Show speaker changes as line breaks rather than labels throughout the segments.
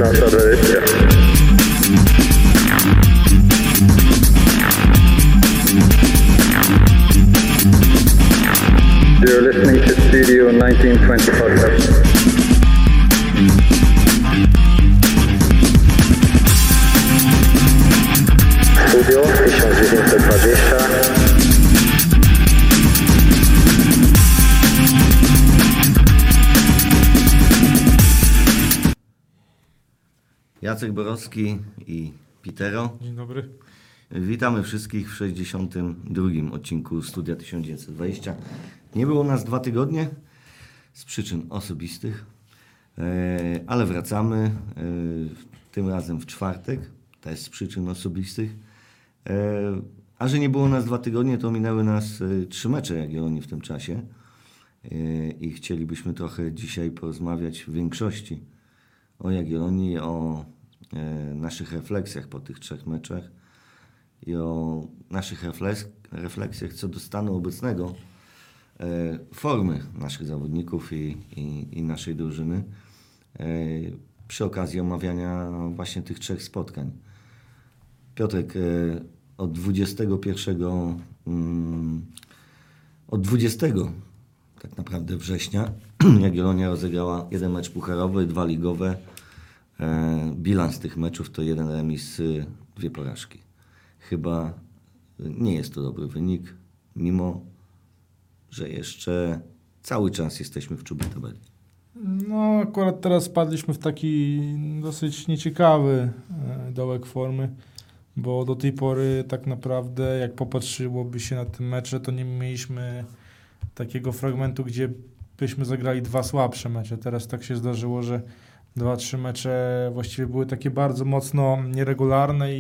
lanzada derecha. You're listening to Studio 1920 podcast. Studio 1920.
Jacek Borowski i Pitero.
Dzień dobry.
Witamy wszystkich w 62. odcinku Studia 1920. Nie było nas 2 tygodnie z przyczyn osobistych, ale wracamy tym razem w czwartek, też z przyczyn osobistych. A że nie było nas 2 tygodnie, to minęły nas 3 mecze Jagiellonii w tym czasie i chcielibyśmy trochę dzisiaj porozmawiać w większości o Jagiellonii, o naszych refleksjach po tych 3 meczach i o naszych refleksjach co do stanu obecnego formy naszych zawodników i naszej drużyny przy okazji omawiania właśnie tych 3 spotkań. Piotrek, od 20 tak naprawdę września Jagiellonia rozegrała 1 mecz pucharowy, 2 ligowe. Bilans tych meczów to 1 remis, 2 porażki. Chyba nie jest to dobry wynik, mimo że jeszcze cały czas jesteśmy w czubie tabeli.
No akurat teraz spadliśmy w taki dosyć nieciekawy dołek formy, bo do tej pory tak naprawdę jak popatrzyłoby się na tym mecze, to nie mieliśmy takiego fragmentu, gdzie byśmy zagrali 2 słabsze mecze. Teraz tak się zdarzyło, że 2-3 mecze właściwie były takie bardzo mocno nieregularne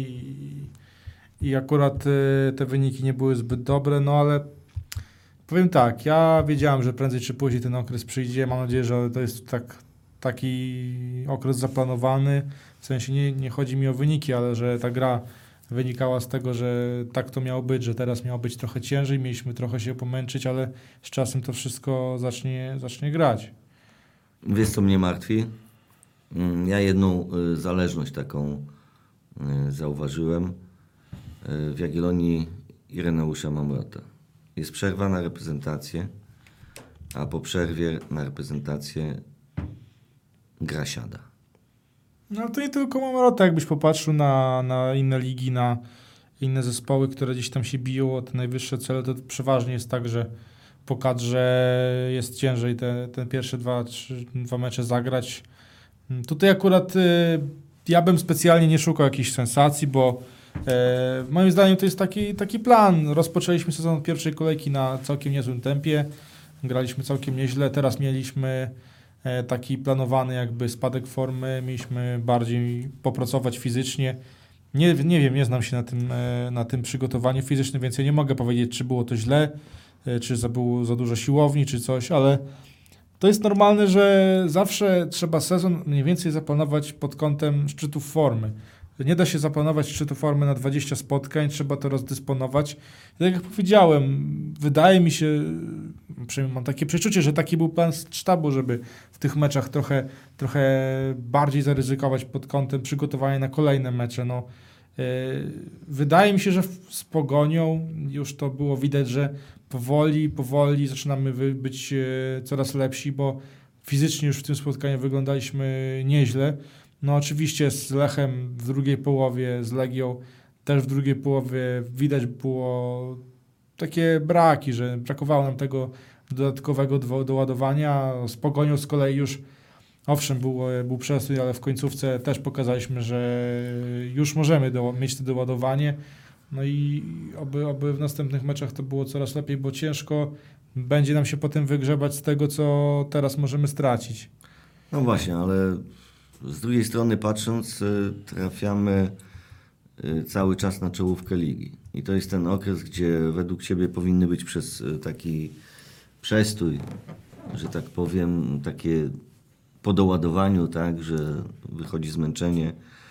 i akurat te wyniki nie były zbyt dobre, no ale powiem tak, ja wiedziałem, że prędzej czy później ten okres przyjdzie. Mam nadzieję, że to jest taki okres zaplanowany. W sensie nie chodzi mi o wyniki, ale że ta gra wynikała z tego, że tak to miało być, że teraz miało być trochę ciężej, mieliśmy trochę się pomęczyć, ale z czasem to wszystko zacznie grać.
Wiesz, co mnie martwi? Ja jedną zależność taką zauważyłem w Jagiellonii Ireneusza Mamrota. Jest przerwa na reprezentację, a po przerwie na reprezentację gra siada.
No to nie tylko Mamrota, jakbyś popatrzył na inne ligi, na inne zespoły, które gdzieś tam się biją o te najwyższe cele, to przeważnie jest tak, że po kadrze jest ciężej te pierwsze 2 mecze zagrać. Tutaj akurat ja bym specjalnie nie szukał jakichś sensacji, bo moim zdaniem to jest taki plan. Rozpoczęliśmy sezon od pierwszej kolejki na całkiem niezłym tempie. Graliśmy całkiem nieźle. Teraz mieliśmy taki planowany jakby spadek formy. Mieliśmy bardziej popracować fizycznie. Nie wiem, nie znam się na tym przygotowaniu fizycznym, więc ja nie mogę powiedzieć, czy było to źle, czy było za dużo siłowni, czy coś, ale to jest normalne, że zawsze trzeba sezon mniej więcej zaplanować pod kątem szczytów formy. Nie da się zaplanować szczytu formy na 20 spotkań, trzeba to rozdysponować. I tak jak powiedziałem, wydaje mi się, mam takie przeczucie, że taki był plan sztabu, żeby w tych meczach trochę bardziej zaryzykować pod kątem przygotowania na kolejne mecze. No, wydaje mi się, że z Pogonią już to było widać, że powoli zaczynamy być coraz lepsi, bo fizycznie już w tym spotkaniu wyglądaliśmy nieźle. No oczywiście z Lechem w drugiej połowie, z Legią też w drugiej połowie widać było takie braki, że brakowało nam tego dodatkowego doładowania. Z Pogonią z kolei już, owszem, był przestój, ale w końcówce też pokazaliśmy, że już możemy mieć to doładowanie. No i oby w następnych meczach to było coraz lepiej, bo ciężko będzie nam się potem wygrzebać z tego, co teraz możemy stracić.
No właśnie, ale z drugiej strony patrząc, trafiamy cały czas na czołówkę ligi. I to jest ten okres, gdzie według Ciebie powinny być przez taki przestój, że tak powiem, takie po doładowaniu, tak, że wychodzi zmęczenie,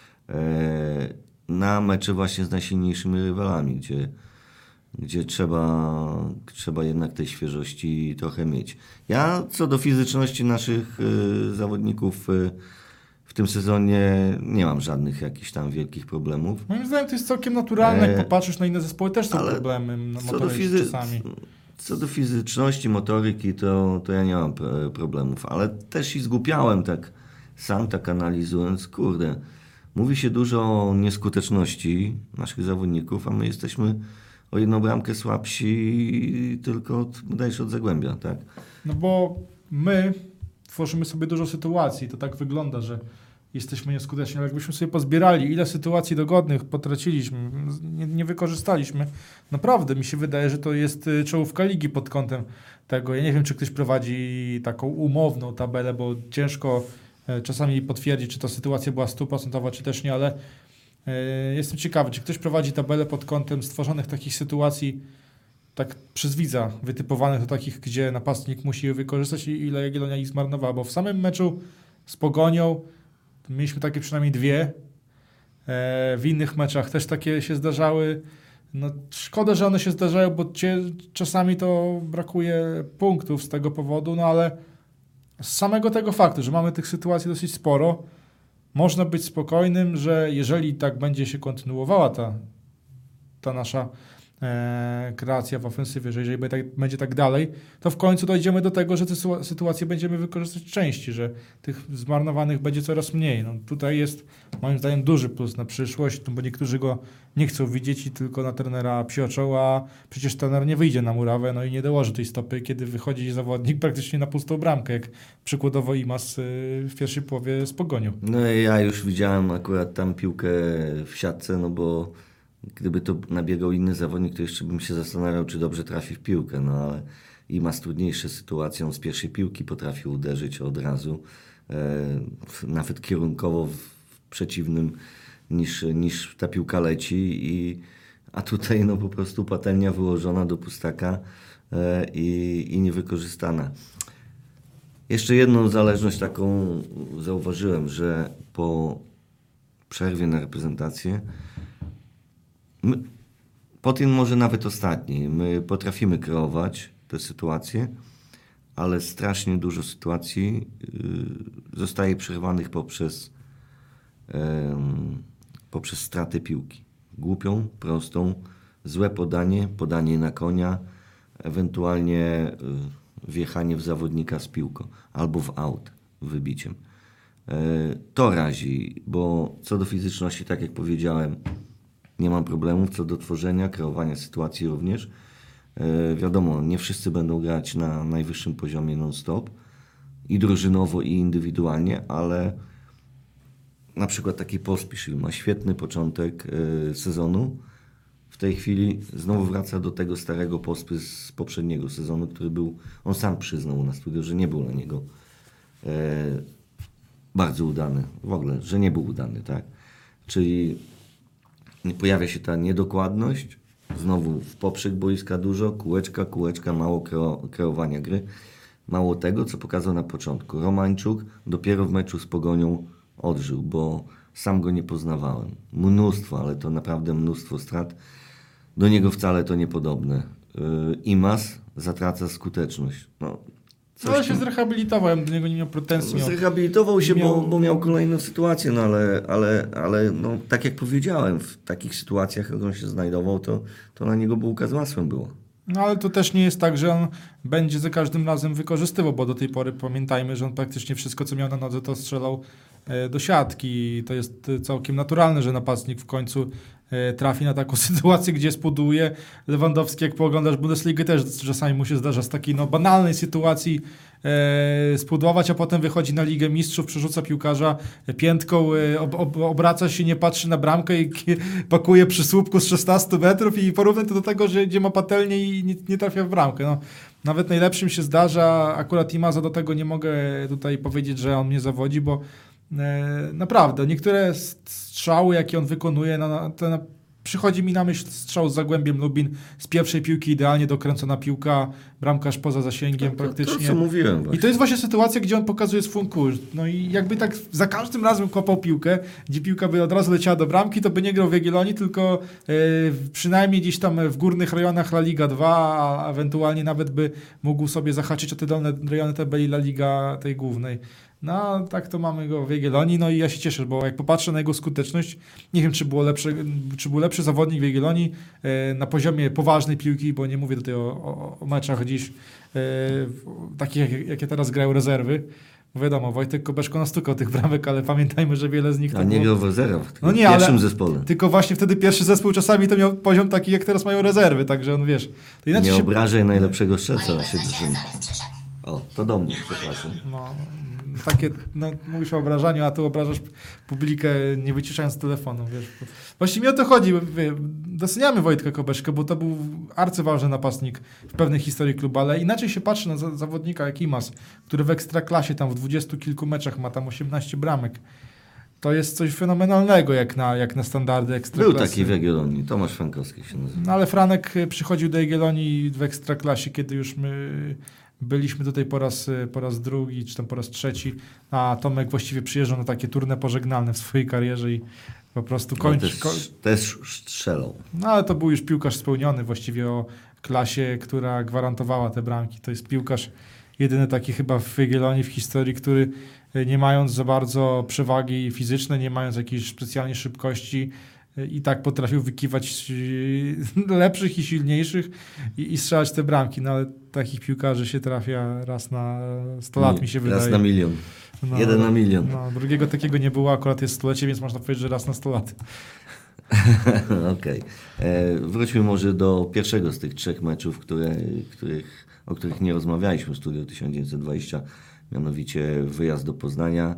na mecze właśnie z najsilniejszymi rywalami, gdzie trzeba jednak tej świeżości trochę mieć. Ja co do fizyczności naszych zawodników w tym sezonie nie mam żadnych jakichś tam wielkich problemów.
Moim zdaniem to jest całkiem naturalne, jak popatrzysz na inne zespoły, też są problemy motoryczne czasami.
Co do fizyczności, motoryki, to ja nie mam problemów, ale też i zgłupiałem tak analizując, kurde, mówi się dużo o nieskuteczności naszych zawodników, a my jesteśmy o jedną bramkę słabsi tylko od Zagłębia, tak?
No bo my tworzymy sobie dużo sytuacji, to tak wygląda, że jesteśmy nieskuteczni, ale jakbyśmy sobie pozbierali, ile sytuacji dogodnych potraciliśmy, nie wykorzystaliśmy, naprawdę mi się wydaje, że to jest czołówka ligi pod kątem tego. Ja nie wiem, czy ktoś prowadzi taką umowną tabelę, bo ciężko czasami potwierdzić, czy ta sytuacja była 100%, czy też nie, ale jestem ciekawy, czy ktoś prowadzi tabelę pod kątem stworzonych takich sytuacji, tak przez widza wytypowanych do takich, gdzie napastnik musi je wykorzystać i ile Jagiellonia ich zmarnowała, bo w samym meczu z Pogonią mieliśmy takie przynajmniej 2. W innych meczach też takie się zdarzały. No, szkoda, że one się zdarzają, bo czasami to brakuje punktów z tego powodu, no ale z samego tego faktu, że mamy tych sytuacji dosyć sporo, można być spokojnym, że jeżeli tak będzie się kontynuowała ta nasza kreacja w ofensywie, że jeżeli będzie tak dalej, to w końcu dojdziemy do tego, że te sytuacje będziemy wykorzystać częściej, że tych zmarnowanych będzie coraz mniej. No, tutaj jest moim zdaniem duży plus na przyszłość, no bo niektórzy go nie chcą widzieć i tylko na trenera psioczą, a przecież trener nie wyjdzie na murawę, no i nie dołoży tej stopy, kiedy wychodzi zawodnik praktycznie na pustą bramkę, jak przykładowo Imas w pierwszej połowie z Pogonią.
No ja już widziałem akurat tam piłkę w siatce, no bo gdyby to nabiegał inny zawodnik, to jeszcze bym się zastanawiał, czy dobrze trafi w piłkę, no ale Imas trudniejsze sytuacją z pierwszej piłki potrafił uderzyć od razu, nawet kierunkowo w przeciwnym niż ta piłka leci, a tutaj no po prostu patelnia wyłożona do pustaka i niewykorzystana. Jeszcze jedną zależność taką zauważyłem, że po przerwie na reprezentację po tym może nawet ostatniej, my potrafimy kreować te sytuacje, ale strasznie dużo sytuacji zostaje przerwanych poprzez stratę piłki. Głupią, prostą, złe podanie na konia, ewentualnie wjechanie w zawodnika z piłką albo w aut wybiciem. To razi, bo co do fizyczności, tak jak powiedziałem, nie mam problemów, co do tworzenia, kreowania sytuacji również. Wiadomo, nie wszyscy będą grać na najwyższym poziomie non-stop i drużynowo, i indywidualnie, ale na przykład taki Pospiszil ma świetny początek sezonu. W tej chwili znowu wraca do tego starego Pospy z poprzedniego sezonu, który był, on sam przyznał na studiu, że nie był dla niego bardzo udany. W ogóle, że nie był udany, tak? Czyli pojawia się ta niedokładność, znowu w poprzek boiska dużo, kółeczka, mało kreowania gry. Mało tego, co pokazał na początku. Romańczuk dopiero w meczu z Pogonią odżył, bo sam go nie poznawałem. Mnóstwo, ale to naprawdę mnóstwo strat. Do niego wcale to niepodobne. Imas zatraca skuteczność.
Ale się zrehabilitował, ja do niego nie miał pretensji.
Zrehabilitował się, bo miał kolejną sytuację, no ale no, tak jak powiedziałem, w takich sytuacjach, jak on się znajdował, to na niego bułka z masłem było.
No ale to też nie jest tak, że on będzie za każdym razem wykorzystywał, bo do tej pory pamiętajmy, że on praktycznie wszystko, co miał na nodze, to strzelał do siatki. To jest całkiem naturalne, że napastnik w końcu trafi na taką sytuację, gdzie spuduje. Lewandowski, jak pooglądasz Bundesligę, też czasami mu się zdarza z takiej banalnej sytuacji spudłować, a potem wychodzi na Ligę Mistrzów, przerzuca piłkarza piętką, obraca się, nie patrzy na bramkę i pakuje przy słupku z 16 metrów i porównaj to do tego, że gdzie ma patelnię i nie trafia w bramkę. No, nawet najlepszym się zdarza, akurat Imaza do tego nie mogę tutaj powiedzieć, że on mnie zawodzi, bo naprawdę, niektóre strzały, jakie on wykonuje, przychodzi mi na myśl strzał z Zagłębiem Lubin, z pierwszej piłki idealnie dokręcona piłka, bramkarz poza zasięgiem praktycznie.
To co mówiłem właśnie.
I to jest właśnie sytuacja, gdzie on pokazuje swój kurs. No i jakby tak za każdym razem kopał piłkę, gdzie piłka by od razu leciała do bramki, to by nie grał w Jagiellonii, tylko przynajmniej gdzieś tam w górnych rejonach La Liga 2, a ewentualnie nawet by mógł sobie zahaczyć o te dolne rejony tabeli La Liga tej głównej. No, tak to mamy go w Jagiellonii, no i ja się cieszę, bo jak popatrzę na jego skuteczność, nie wiem, czy był lepszy zawodnik w Jagiellonii na poziomie poważnej piłki, bo nie mówię tutaj o meczach dziś takich, jakie teraz grają rezerwy. Bo wiadomo, Wojtek Kobeszko nastukał tych bramek, ale pamiętajmy, że wiele z nich...
A nie grał w rezerwach,
no nie,
w pierwszym
ale
zespole.
Tylko właśnie wtedy pierwszy zespół czasami to miał poziom taki, jak teraz mają rezerwy, także on, wiesz... To inaczej
nie
się...
obrażaj najlepszego strzelca naszej drużyny. O, to do mnie, przepraszam.
No, takie, no mówisz o obrażaniu, a tu obrażasz publikę, nie wyciszając telefonu, wiesz. Właściwie mi o to chodzi. Doceniamy Wojtka Kobeszkę, bo to był arcyważny napastnik w pewnej historii klubu, ale inaczej się patrzy na zawodnika jak Imas, który w Ekstraklasie tam w 20 kilku meczach ma tam 18 bramek. To jest coś fenomenalnego jak na standardy Ekstraklasy.
Był taki w Jagiellonii, Tomasz Frankowski się nazywa.
No ale Franek przychodził do Jagiellonii w Ekstraklasie, kiedy już my byliśmy tutaj po raz drugi, czy tam po raz trzeci, a Tomek właściwie przyjeżdżał na takie tournée pożegnalne w swojej karierze i po prostu kończy.
Też strzelał.
No ale to był już piłkarz spełniony właściwie o klasie, która gwarantowała te bramki. To jest piłkarz jedyny taki chyba w Jagiellonii w historii, który nie mając za bardzo przewagi fizycznej, nie mając jakiejś specjalnej szybkości, i tak potrafił wykiwać lepszych i silniejszych i strzelać te bramki. No ale takich piłkarzy się trafia raz na 100 lat, mi się wydaje.
Raz na milion.
No,
1 na milion.
No, drugiego takiego nie było, akurat jest stulecie, więc można powiedzieć, że raz na 100 lat.
Okej. Wróćmy może do pierwszego z tych 3 meczów, o których nie rozmawialiśmy w Studiu 1920, mianowicie wyjazd do Poznania,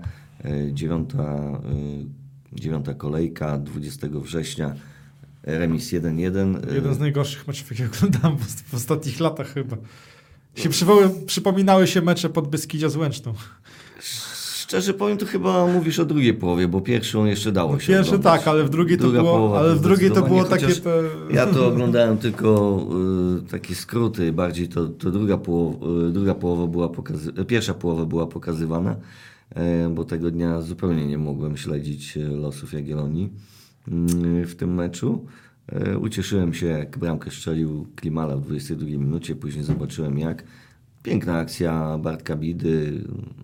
9. kolejka, 20 września, remis 1-1.
Jeden z najgorszych meczów, jakie oglądałem w ostatnich latach chyba. Przypominały się mecze pod Beskidzia z Łęczną.
Szczerze powiem, to chyba mówisz o drugiej połowie, bo pierwszą jeszcze dało się
Pierwszy
oglądać.
tak, ale w drugiej to było, ale w drugiej to było takie...
Ja to oglądałem tylko takie skróty, bardziej to druga połowa była pierwsza połowa była pokazywana, bo tego dnia zupełnie nie mogłem śledzić losów Jagiellonii w tym meczu. Ucieszyłem się, jak bramkę strzelił Klimala w 22 minucie, później zobaczyłem jak. Piękna akcja Bartka Bidy.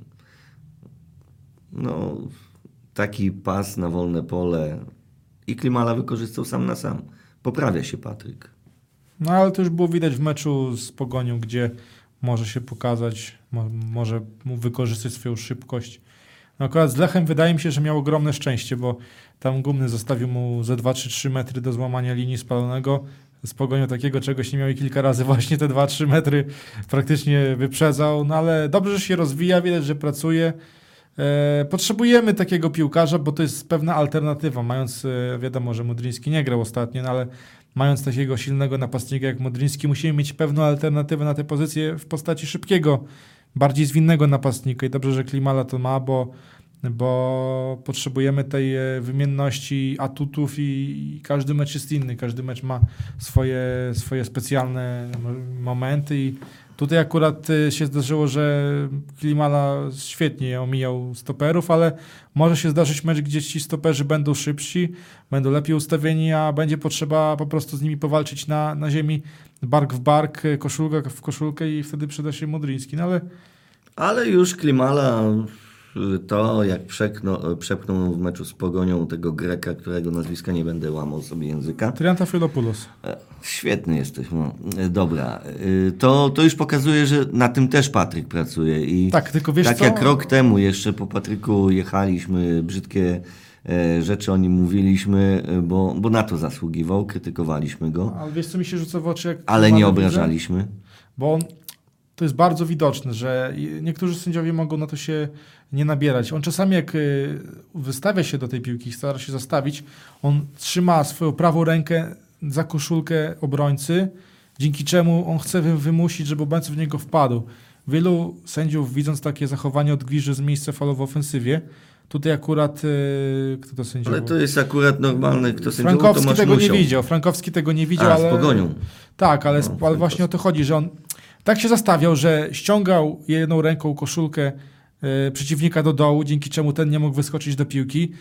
No, taki pas na wolne pole i Klimala wykorzystał sam na sam. Poprawia się Patryk.
No ale to już było widać w meczu z Pogonią, gdzie może się pokazać, może wykorzystać swoją szybkość. No akurat z Lechem wydaje mi się, że miał ogromne szczęście, bo tam Gumny zostawił mu ze 2 czy 3 metry do złamania linii spalonego. Z Pogonią takiego czegoś nie miał i kilka razy właśnie te 2-3 metry praktycznie wyprzedzał. No ale dobrze, że się rozwija, widać, że pracuje. Potrzebujemy takiego piłkarza, bo to jest pewna alternatywa. Mając, wiadomo, że Mudryński nie grał ostatnio, no ale mając takiego silnego napastnika jak Mudryński, musimy mieć pewną alternatywę na tę pozycję w postaci szybkiego, bardziej zwinnego napastnika. I dobrze, że Klimala to ma, bo potrzebujemy tej wymienności atutów i każdy mecz jest inny. Każdy mecz ma swoje specjalne momenty i tutaj akurat się zdarzyło, że Klimala świetnie omijał stoperów, ale może się zdarzyć mecz, gdzie ci stoperzy będą szybsi, będą lepiej ustawieni, a będzie potrzeba po prostu z nimi powalczyć na ziemi bark w bark, koszulka w koszulkę i wtedy przyda się Mudryński. No
ale już Klimala to jak przepchnął w meczu z Pogonią tego Greka, którego nazwiska nie będę łamał sobie języka.
Triantafylopoulos.
Świetny jesteś, no. Dobra. To już pokazuje, że na tym też Patryk pracuje. I
tak, tylko wiesz
tak
co?
Jak rok temu jeszcze po Patryku jechaliśmy, brzydkie rzeczy o nim mówiliśmy, bo na to zasługiwał, krytykowaliśmy go.
Ale wiesz co mi się rzuca w oczy?
Ale nie obrażaliśmy.
Bo to jest bardzo widoczne, że niektórzy sędziowie mogą na to się nie nabierać. On czasami jak wystawia się do tej piłki, stara się zastawić, on trzyma swoją prawą rękę za koszulkę obrońcy, dzięki czemu on chce wymusić, żeby obrońca w niego wpadł. Wielu sędziów, widząc takie zachowanie, odgwizdży z miejsca faulu w ofensywie. Tutaj akurat kto to sędziował?
Ale to jest akurat normalne. Kto sędziował,
Frankowski tego nie widział. Frankowski tego nie widział, ale...
z Pogonią.
Tak, ale właśnie o to chodzi, że on tak się zastawiał, że ściągał jedną ręką koszulkę przeciwnika do dołu, dzięki czemu ten nie mógł wyskoczyć do piłki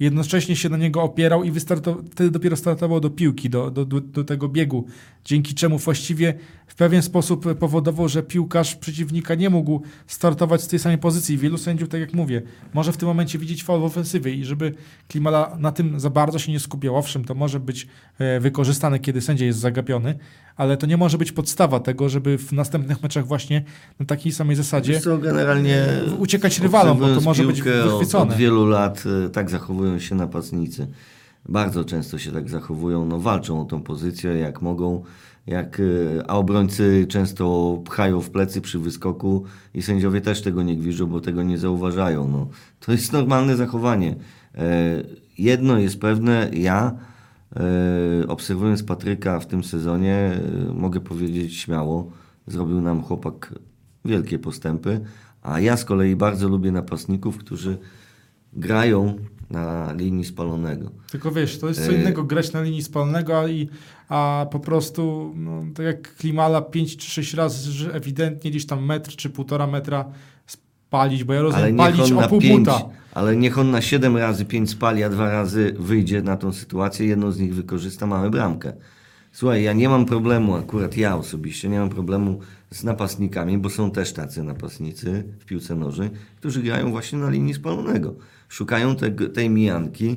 jednocześnie się na niego opierał i wtedy dopiero startował do piłki, do tego biegu, dzięki czemu właściwie w pewien sposób powodował, że piłkarz przeciwnika nie mógł startować z tej samej pozycji. Wielu sędziów, tak jak mówię, może w tym momencie widzieć faul w ofensywie i żeby Klimala na tym za bardzo się nie skupiał. Owszem, to może być wykorzystane, kiedy sędzia jest zagapiony, ale to nie może być podstawa tego, żeby w następnych meczach właśnie na takiej samej zasadzie
generalnie
uciekać rywalom, bo to może być wychwycone.
Od wielu lat tak zachowują się napastnicy. Bardzo często się tak zachowują, walczą o tą pozycję jak mogą, a obrońcy często pchają w plecy przy wyskoku i sędziowie też tego nie gwiżdżą, bo tego nie zauważają. To jest normalne zachowanie. Jedno jest pewne, ja obserwując Patryka w tym sezonie, mogę powiedzieć śmiało, zrobił nam chłopak wielkie postępy, a ja z kolei bardzo lubię napastników, którzy grają na linii spalonego.
Tylko wiesz, to jest co innego grać na linii spalonego, a po prostu tak jak Klimala 5 czy 6 razy, że ewidentnie gdzieś tam metr czy 1,5 metra spalić, bo ja rozumiem palić o pół buta.
Ale niech on na 7 razy 5 spali, a 2 razy wyjdzie na tą sytuację, jedną z nich wykorzysta, mamy bramkę. Słuchaj, ja nie mam problemu, akurat ja osobiście nie mam problemu z napastnikami, bo są też tacy napastnicy w piłce nożnej, którzy grają właśnie na linii spalonego. Szukają tej mijanki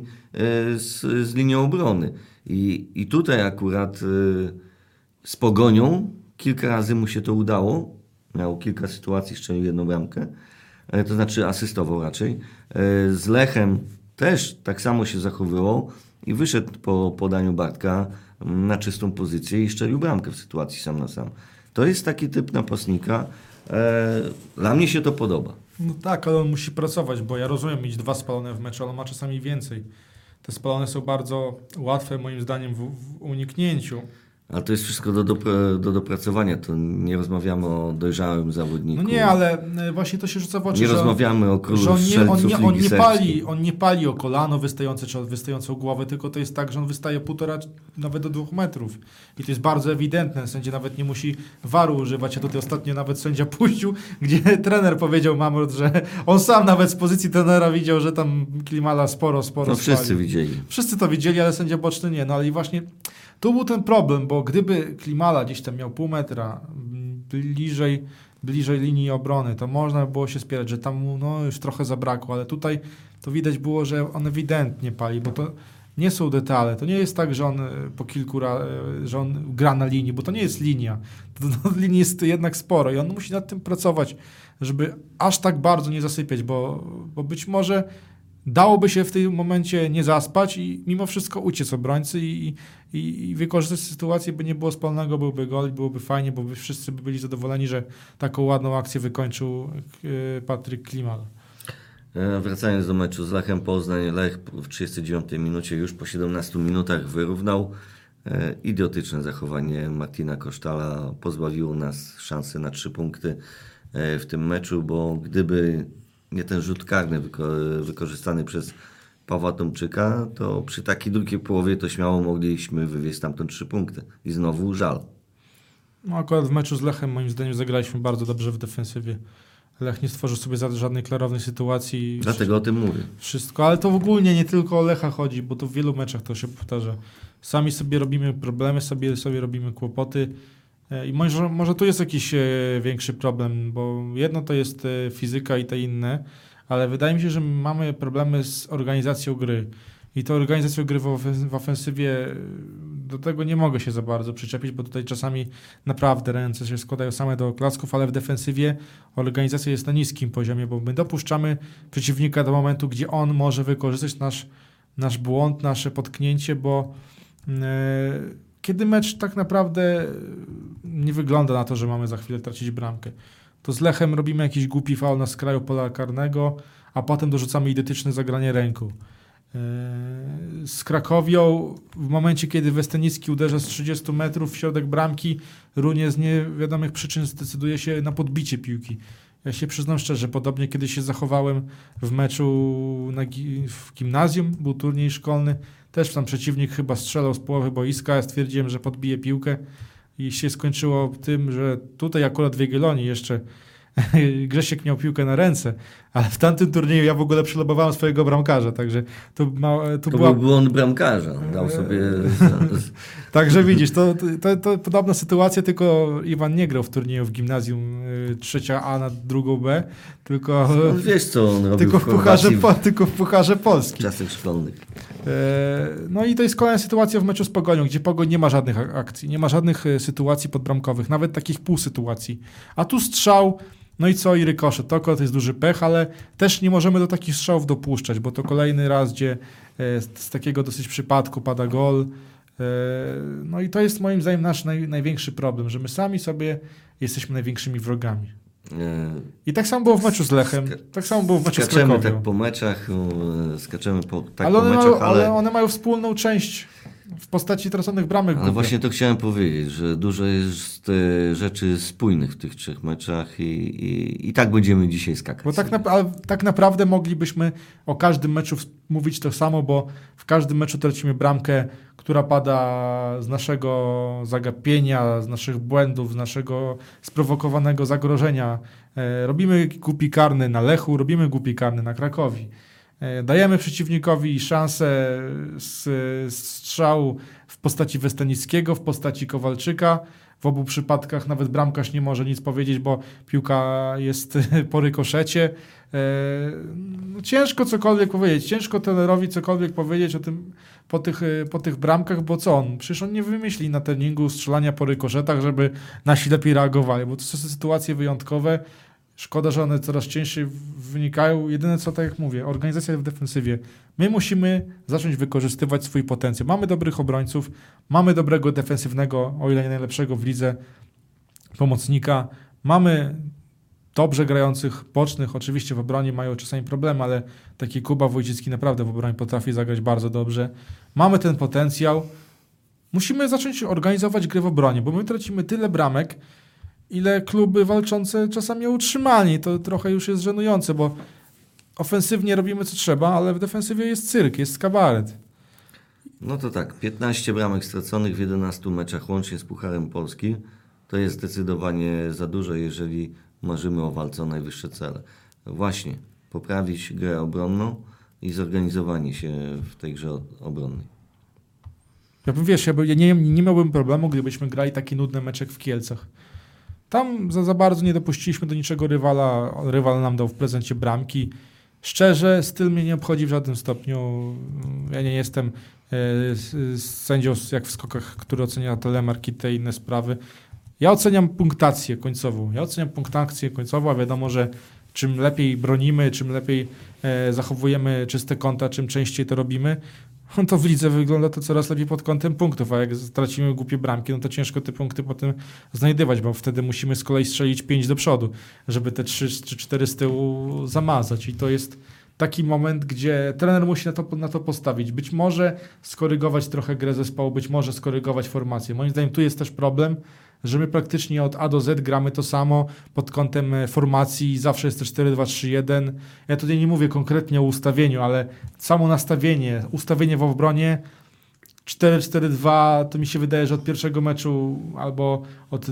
z linią obrony. I tutaj akurat z Pogonią kilka razy mu się to udało. Miał kilka sytuacji, strzelił jedną bramkę. To znaczy asystował raczej. Z Lechem też tak samo się zachowywał i wyszedł po podaniu Bartka na czystą pozycję i strzelił bramkę w sytuacji sam na sam. To jest taki typ napastnika. Dla mnie się to podoba.
No tak, ale on musi pracować, bo ja rozumiem mieć 2 spalone w meczu, ale on ma czasami więcej. Te spalone są bardzo łatwe moim zdaniem w uniknięciu.
Ale to jest wszystko do dopracowania. To nie rozmawiamy o dojrzałym zawodniku.
No nie, ale właśnie to się rzuca w oczy,
nie rozmawiamy o królu strzelców Ligi Serbskiej.
On nie pali o kolano wystające czy wystającą głowę, tylko to jest tak, że on wystaje 1,5 nawet do 2 metrów. I to jest bardzo ewidentne. Sędzia nawet nie musi waru używać. A tutaj ostatnio nawet sędzia puścił, gdzie trener powiedział Mamrot, że on sam nawet z pozycji trenera widział, że tam Klimala sporo
No wszyscy widzieli.
Wszyscy to widzieli, ale sędzia boczny nie. No ale i właśnie tu był ten problem, bo gdyby Klimala gdzieś tam miał 0,5 metra bliżej linii obrony, to można było się spierać, że tam już trochę zabrakło, ale tutaj to widać było, że on ewidentnie pali, bo to nie są detale. To nie jest tak, że on po kilku że on gra na linii, bo to nie jest linia. Linii jest jednak sporo i on musi nad tym pracować, żeby aż tak bardzo nie zasypiać, bo być może dałoby się w tym momencie nie zaspać i mimo wszystko uciec obrońcy i wykorzystać sytuację, by nie było spalonego, byłby gol, byłoby fajnie, bo wszyscy by byli zadowoleni, że taką ładną akcję wykończył Patryk Klimal.
Wracając do meczu z Lechem Poznań, Lech w 39 minucie już po 17 minutach wyrównał. Idiotyczne zachowanie Martina Kosztala pozbawiło nas szansy na 3 punkty w tym meczu, bo gdyby nie ten rzut karny wykorzystany przez Pawła Tomczyka, to przy takiej drugiej połowie to śmiało mogliśmy wywieźć stamtąd 3 punkty. I znowu żal.
No akurat w meczu z Lechem moim zdaniem zagraliśmy bardzo dobrze w defensywie. Lech nie stworzył sobie żadnej klarownej sytuacji.
Dlatego o tym mówię.
Wszystko, ale to ogólnie nie tylko o Lecha chodzi, bo to w wielu meczach to się powtarza. Sami sobie robimy problemy, sobie robimy kłopoty. I może tu jest jakiś większy problem, bo jedno to jest fizyka i te inne, ale wydaje mi się, że mamy problemy z organizacją gry. I to organizacją gry w ofensywie, do tego nie mogę się za bardzo przyczepić, bo tutaj czasami naprawdę ręce się składają same do klocków, ale w defensywie organizacja jest na niskim poziomie, bo my dopuszczamy przeciwnika do momentu, gdzie on może wykorzystać nasz błąd, nasze potknięcie, bo kiedy mecz tak naprawdę nie wygląda na to, że mamy za chwilę tracić bramkę, to z Lechem robimy jakiś głupi faul na skraju pola karnego, a potem dorzucamy idiotyczne zagranie ręką. Z Krakowią w momencie, kiedy Westenicki uderza z 30 metrów w środek bramki, Runie z niewiadomych przyczyn zdecyduje się na podbicie piłki. Ja się przyznam szczerze, podobnie kiedy się zachowałem w meczu w gimnazjum, był turniej szkolny, też tam przeciwnik chyba strzelał z połowy boiska, ja stwierdziłem, że podbiję piłkę i się skończyło tym, że tutaj akurat w Jagiellonii jeszcze Grzesiek miał piłkę na ręce, ale w tamtym turnieju ja w ogóle przelobowałem swojego bramkarza, także to była...
był błąd bramkarza, dał sobie...
Także widzisz, to podobna sytuacja, tylko Iwan nie grał w turnieju w gimnazjum 3A na 2B, tylko...
No, wiesz, co on robił
tylko w Pucharze Polski.
W czasach szkolnych.
No i to jest kolejna sytuacja w meczu z Pogonią, gdzie Pogoń nie ma żadnych akcji, nie ma żadnych sytuacji podbramkowych, nawet takich półsytuacji. A tu strzał, no i co, i rykoszet. To akurat jest duży pech, ale też nie możemy do takich strzałów dopuszczać, bo to kolejny raz, gdzie z takiego dosyć przypadku pada gol. No i to jest moim zdaniem nasz największy problem, że my sami sobie jesteśmy największymi wrogami. I tak samo było w meczu z Lechem, tak samo było w meczu z Krakowią.
Skaczemy tak po meczach,
ale one mają wspólną część w postaci traconych bramek.
Ale właśnie to chciałem powiedzieć, że dużo jest rzeczy spójnych w tych 3 meczach i tak będziemy dzisiaj skakać.
Bo tak naprawdę moglibyśmy o każdym meczu mówić to samo, bo w każdym meczu tracimy bramkę, która pada z naszego zagapienia, z naszych błędów, z naszego sprowokowanego zagrożenia. Robimy głupi karny na Lechu, robimy głupi karny na Krakowi. Dajemy przeciwnikowi szansę strzału w postaci Westenickiego, w postaci Kowalczyka. W obu przypadkach nawet bramkarz nie może nic powiedzieć, bo piłka jest po rykoszecie. Ciężko cokolwiek powiedzieć, ciężko trenerowi cokolwiek powiedzieć o tym po tych bramkach, bo co on? Przecież on nie wymyśli na treningu strzelania po rykoszetach, żeby nasi lepiej reagowali, bo to są sytuacje wyjątkowe. Szkoda, że one coraz częściej wynikają. Jedyne co, tak jak mówię, organizacja w defensywie. My musimy zacząć wykorzystywać swój potencjał. Mamy dobrych obrońców, mamy dobrego defensywnego, o ile nie najlepszego w lidze, pomocnika. Mamy dobrze grających bocznych. Oczywiście w obronie mają czasami problemy, ale taki Kuba Wójcicki naprawdę w obronie potrafi zagrać bardzo dobrze. Mamy ten potencjał. Musimy zacząć organizować grę w obronie, bo my tracimy tyle bramek, ile kluby walczące czasami o utrzymanie. To trochę już jest żenujące, bo ofensywnie robimy co trzeba, ale w defensywie jest cyrk, jest kabaret.
No to tak, 15 bramek straconych w 11 meczach łącznie z Pucharem Polski. To jest zdecydowanie za dużo, jeżeli marzymy o walce o najwyższe cele. Właśnie, poprawić grę obronną i zorganizowanie się w tej grze obronnej.
Ja nie miałbym problemu, gdybyśmy grali taki nudny meczek w Kielcach. Tam za bardzo nie dopuściliśmy do niczego rywala. Rywal nam dał w prezencie bramki. Szczerze, styl mnie nie obchodzi w żadnym stopniu. Ja nie jestem sędzią jak w skokach, który ocenia telemark i te inne sprawy. Ja oceniam punktację końcową. A wiadomo, że czym lepiej bronimy, czym lepiej zachowujemy czyste konta, czym częściej to robimy, to w lidze wygląda to coraz lepiej pod kątem punktów, a jak stracimy głupie bramki, no to ciężko te punkty potem znajdywać, bo wtedy musimy z kolei strzelić 5 do przodu, żeby te 3 czy 4 z tyłu zamazać. I to jest taki moment, gdzie trener musi na to postawić. Być może skorygować trochę grę zespołu, być może skorygować formację. Moim zdaniem tu jest też problem, że my praktycznie od A do Z gramy to samo pod kątem formacji, zawsze jest to 4-2-3-1. Ja tutaj nie mówię konkretnie o ustawieniu, ale samo nastawienie, ustawienie w obronie 4-4-2, to mi się wydaje, że od pierwszego meczu albo od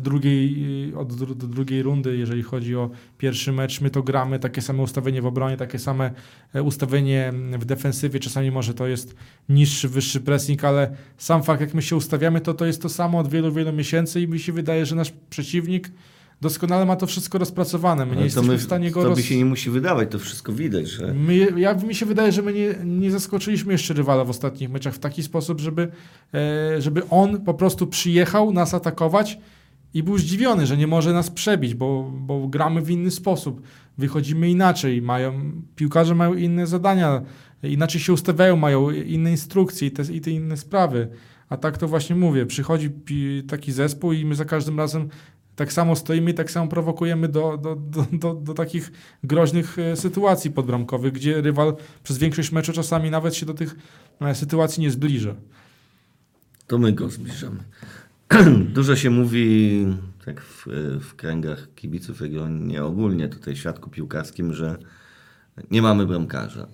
drugiej rundy, jeżeli chodzi o pierwszy mecz, my to gramy, takie same ustawienie w obronie, takie same ustawienie w defensywie, czasami może to jest niższy, wyższy pressing, ale sam fakt, jak my się ustawiamy, to jest to samo od wielu, wielu miesięcy i mi się wydaje, że nasz przeciwnik doskonale ma to wszystko rozpracowane. My nie jesteśmy w stanie go...
To by się nie musi wydawać, to wszystko widać. Że...
Mi się wydaje, że my nie zaskoczyliśmy jeszcze rywala w ostatnich meczach w taki sposób, żeby on po prostu przyjechał nas atakować i był zdziwiony, że nie może nas przebić, bo gramy w inny sposób. Wychodzimy inaczej. Piłkarze mają inne zadania, inaczej się ustawiają, mają inne instrukcje i te inne sprawy. A tak to właśnie mówię. Przychodzi taki zespół i my za każdym razem tak samo stoimy i tak samo prowokujemy do takich groźnych sytuacji podbramkowych, gdzie rywal przez większość meczu czasami nawet się do tych sytuacji nie zbliża.
To my go zbliżamy. Dużo się mówi tak w kręgach kibiców Jagiellonii, ogólnie tutaj w świadku piłkarskim, że nie mamy bramkarza.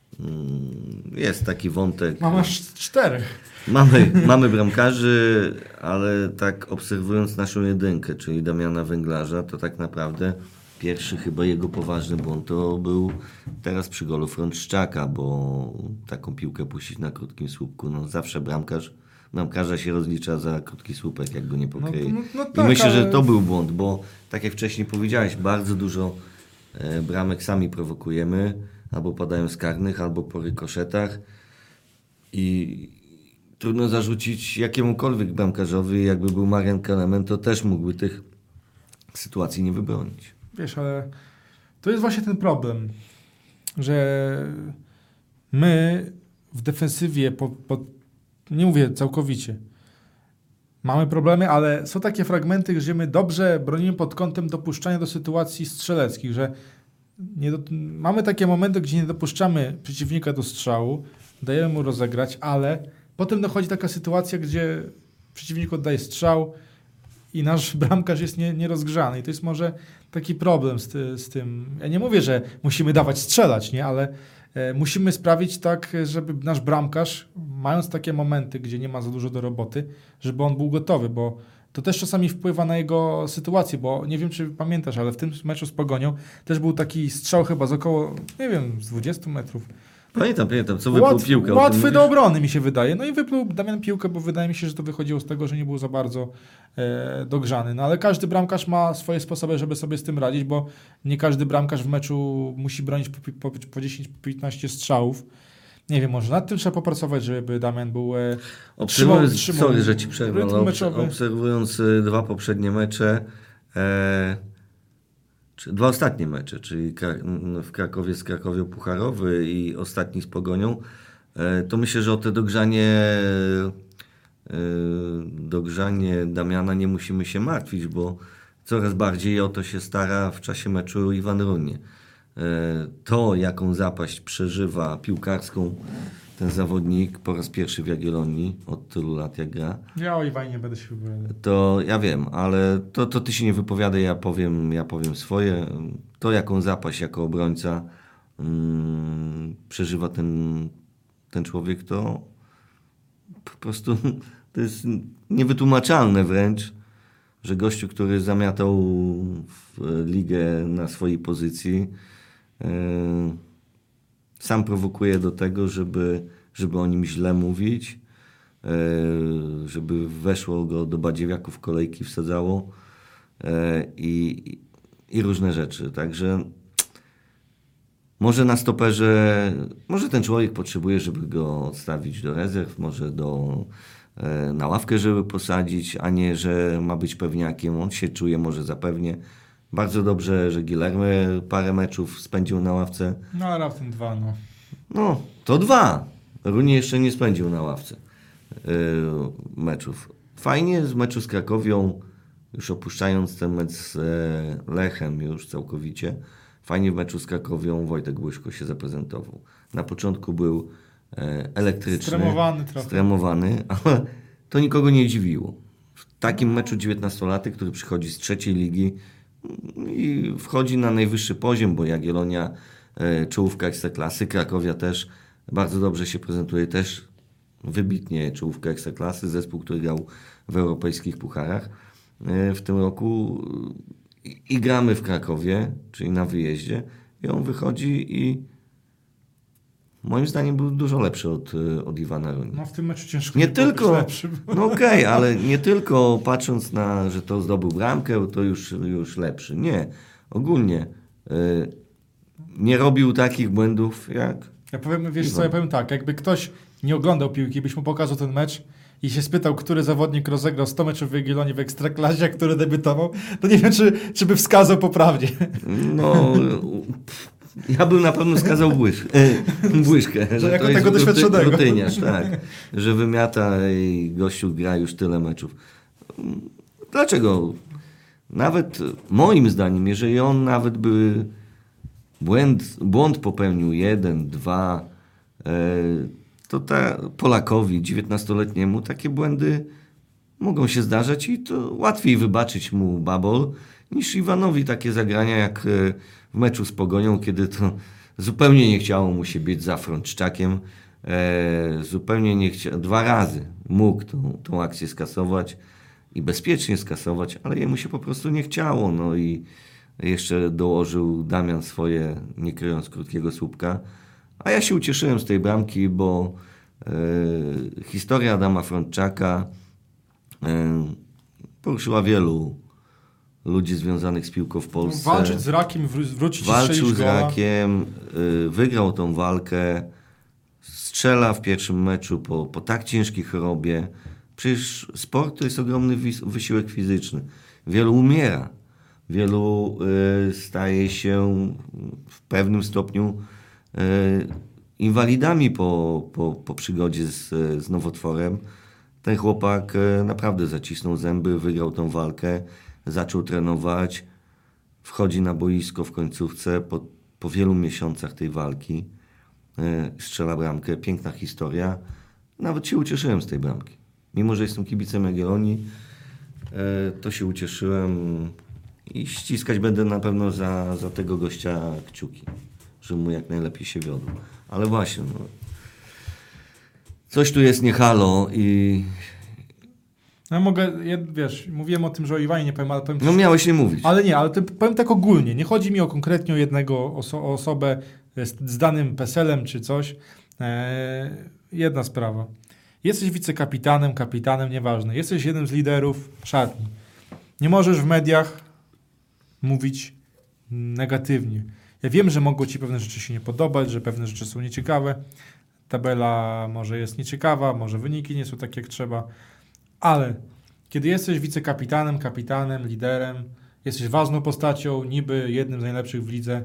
Jest taki wątek.
Mamy aż 4.
Mamy bramkarzy, ale tak obserwując naszą jedynkę, czyli Damiana Węglarza, to tak naprawdę pierwszy chyba jego poważny błąd to był teraz przy golu Frączczaka, bo taką piłkę puścić na krótkim słupku. No zawsze bramkarza się rozlicza za krótki słupek, jak go nie pokryje.
Tak,
i myślę,
ale...
że to był błąd, bo tak jak wcześniej powiedziałeś, bardzo dużo bramek sami prowokujemy, albo padają z karnych, albo po rykoszetach i trudno zarzucić jakiemukolwiek bramkarzowi, jakby był Marian Kelemen, to też mógłby tych sytuacji nie wybronić.
Wiesz, ale to jest właśnie ten problem, że my w defensywie, nie mówię całkowicie, mamy problemy, ale są takie fragmenty, gdzie my dobrze bronimy pod kątem dopuszczania do sytuacji strzeleckich, że mamy takie momenty, gdzie nie dopuszczamy przeciwnika do strzału, dajemy mu rozegrać, ale potem dochodzi taka sytuacja, gdzie przeciwnik oddaje strzał i nasz bramkarz jest nierozgrzany. I to jest może taki problem z tym. Ja nie mówię, że musimy dawać strzelać, nie, ale musimy sprawić tak, żeby nasz bramkarz, mając takie momenty, gdzie nie ma za dużo do roboty, żeby on był gotowy, bo to też czasami wpływa na jego sytuację, bo nie wiem, czy pamiętasz, ale w tym meczu z Pogonią też był taki strzał chyba z około, nie wiem, z 20 metrów.
Pamiętam, co wypluł piłkę.
Łatwy do obrony mi się wydaje. No i wypluł Damian piłkę, bo wydaje mi się, że to wychodziło z tego, że nie był za bardzo dogrzany. No ale każdy bramkarz ma swoje sposoby, żeby sobie z tym radzić, bo nie każdy bramkarz w meczu musi bronić po 10-15 strzałów. Nie wiem, może nad tym trzeba popracować, żeby Damian był
Sorry, że ci przerwę. Obserwując dwa poprzednie mecze, dwa ostatnie mecze, czyli w Krakowie z Krakowią Pucharowy i ostatni z Pogonią, to myślę, że o te dogrzanie Damiana nie musimy się martwić, bo coraz bardziej o to się stara w czasie meczu Iwan Runie. To, jaką zapaść przeżywa piłkarską ten zawodnik po raz pierwszy w Jagiellonii od tylu lat jak gra.
Ja o Iwanie nie będę się wypowiadał.
To ja wiem, ale to ty się nie wypowiadaj, ja powiem swoje. To, jaką zapaść jako obrońca przeżywa ten człowiek, to po prostu to jest niewytłumaczalne wręcz, że gościu, który zamiatał w ligę na swojej pozycji, sam prowokuje do tego, żeby o nim źle mówić, żeby weszło go do badziewiaków, kolejki wsadzało i różne rzeczy. Także może na stoperze, może ten człowiek potrzebuje, żeby go odstawić do rezerw, może na ławkę, żeby posadzić, a nie, że ma być pewniakiem. On się czuje może zapewnie. Bardzo dobrze, że Guilherme parę meczów spędził na ławce.
No a raptem 2, no.
No, to 2. Runie jeszcze nie spędził na ławce meczów. Fajnie z meczu z Krakowią, już opuszczając ten mecz z Lechem już całkowicie, fajnie w meczu z Krakowią Wojtek Błyszko się zaprezentował. Na początku był elektryczny, stremowany, ale to nikogo nie dziwiło. W takim meczu 19-latek, który przychodzi z trzeciej ligi i wchodzi na najwyższy poziom, bo Jagiellonia czołówka Ekstraklasy, Krakowia też bardzo dobrze się prezentuje, też wybitnie czołówka Ekstraklasy, zespół, który grał w europejskich pucharach w tym roku i gramy w Krakowie, czyli na wyjeździe i on wychodzi i moim zdaniem był dużo lepszy od Iwana Runi.
No w tym meczu ciężko
nie tylko
lepszy.
No okej, ale nie tylko patrząc na, że to zdobył bramkę, to już lepszy. Nie. Ogólnie nie robił takich błędów jak
Ja powiem, wiesz co, ja powiem tak, jakby ktoś nie oglądał piłki, byś mu pokazał ten mecz i się spytał, który zawodnik rozegrał 100 meczów w Jagiellonii w Ekstraklasie, a który debiutował, to nie wiem, czy by wskazał poprawnie.
No, ja bym na pewno wskazał Błyszkę, że
jako
to
tego doświadczonego.
rutyniarz, tak, że wymiata i gościu gra już tyle meczów. Dlaczego? Nawet moim zdaniem, jeżeli on nawet by błąd popełnił 1, 2, to Polakowi 19-letniemu takie błędy mogą się zdarzać i to łatwiej wybaczyć mu babol niż Iwanowi takie zagrania jak w meczu z Pogonią, kiedy to zupełnie nie chciało mu się biec za Frączczakiem, zupełnie nie chciał, 2 razy mógł tą akcję skasować i bezpiecznie skasować, ale jemu się po prostu nie chciało, no i Jeszcze dołożył Damian swoje, nie kryjąc krótkiego słupka. A ja się ucieszyłem z tej bramki, bo historia Adama Frączczaka poruszyła wielu ludzi związanych z piłką w Polsce.
Walczyć z rakiem, wrócić i
Walczył
strzelić
z
gola.
rakiem, wygrał tą walkę, strzela w pierwszym meczu po tak ciężkiej chorobie. Przecież sport to jest ogromny wysiłek fizyczny. Wielu umiera. Wielu staje się w pewnym stopniu inwalidami po przygodzie z nowotworem. Ten chłopak naprawdę zacisnął zęby, wygrał tą walkę, zaczął trenować, wchodzi na boisko w końcówce po wielu miesiącach tej walki, strzela bramkę, piękna historia. Nawet się ucieszyłem z tej bramki. Mimo że jestem kibicem Jagiellonii, to się ucieszyłem i ściskać będę na pewno za tego gościa kciuki, żeby mu jak najlepiej się wiodło. Ale właśnie, coś tu jest nie halo i...
Ja mogę, wiesz, mówiłem o tym, że o Iwanie nie powiem, ale powiem...
No miałeś nie mówić.
Ale powiem tak ogólnie. Nie chodzi mi konkretnie o jednego o osobę z danym PESEL-em czy coś. Jedna sprawa. Jesteś wicekapitanem, kapitanem, nieważne. Jesteś jednym z liderów szatni. Nie możesz w mediach mówić negatywnie. Ja wiem, że mogą ci pewne rzeczy się nie podobać, że pewne rzeczy są nieciekawe. Tabela może jest nieciekawa, może wyniki nie są takie jak trzeba, ale kiedy jesteś wicekapitanem, kapitanem, liderem, jesteś ważną postacią, niby jednym z najlepszych w lidze,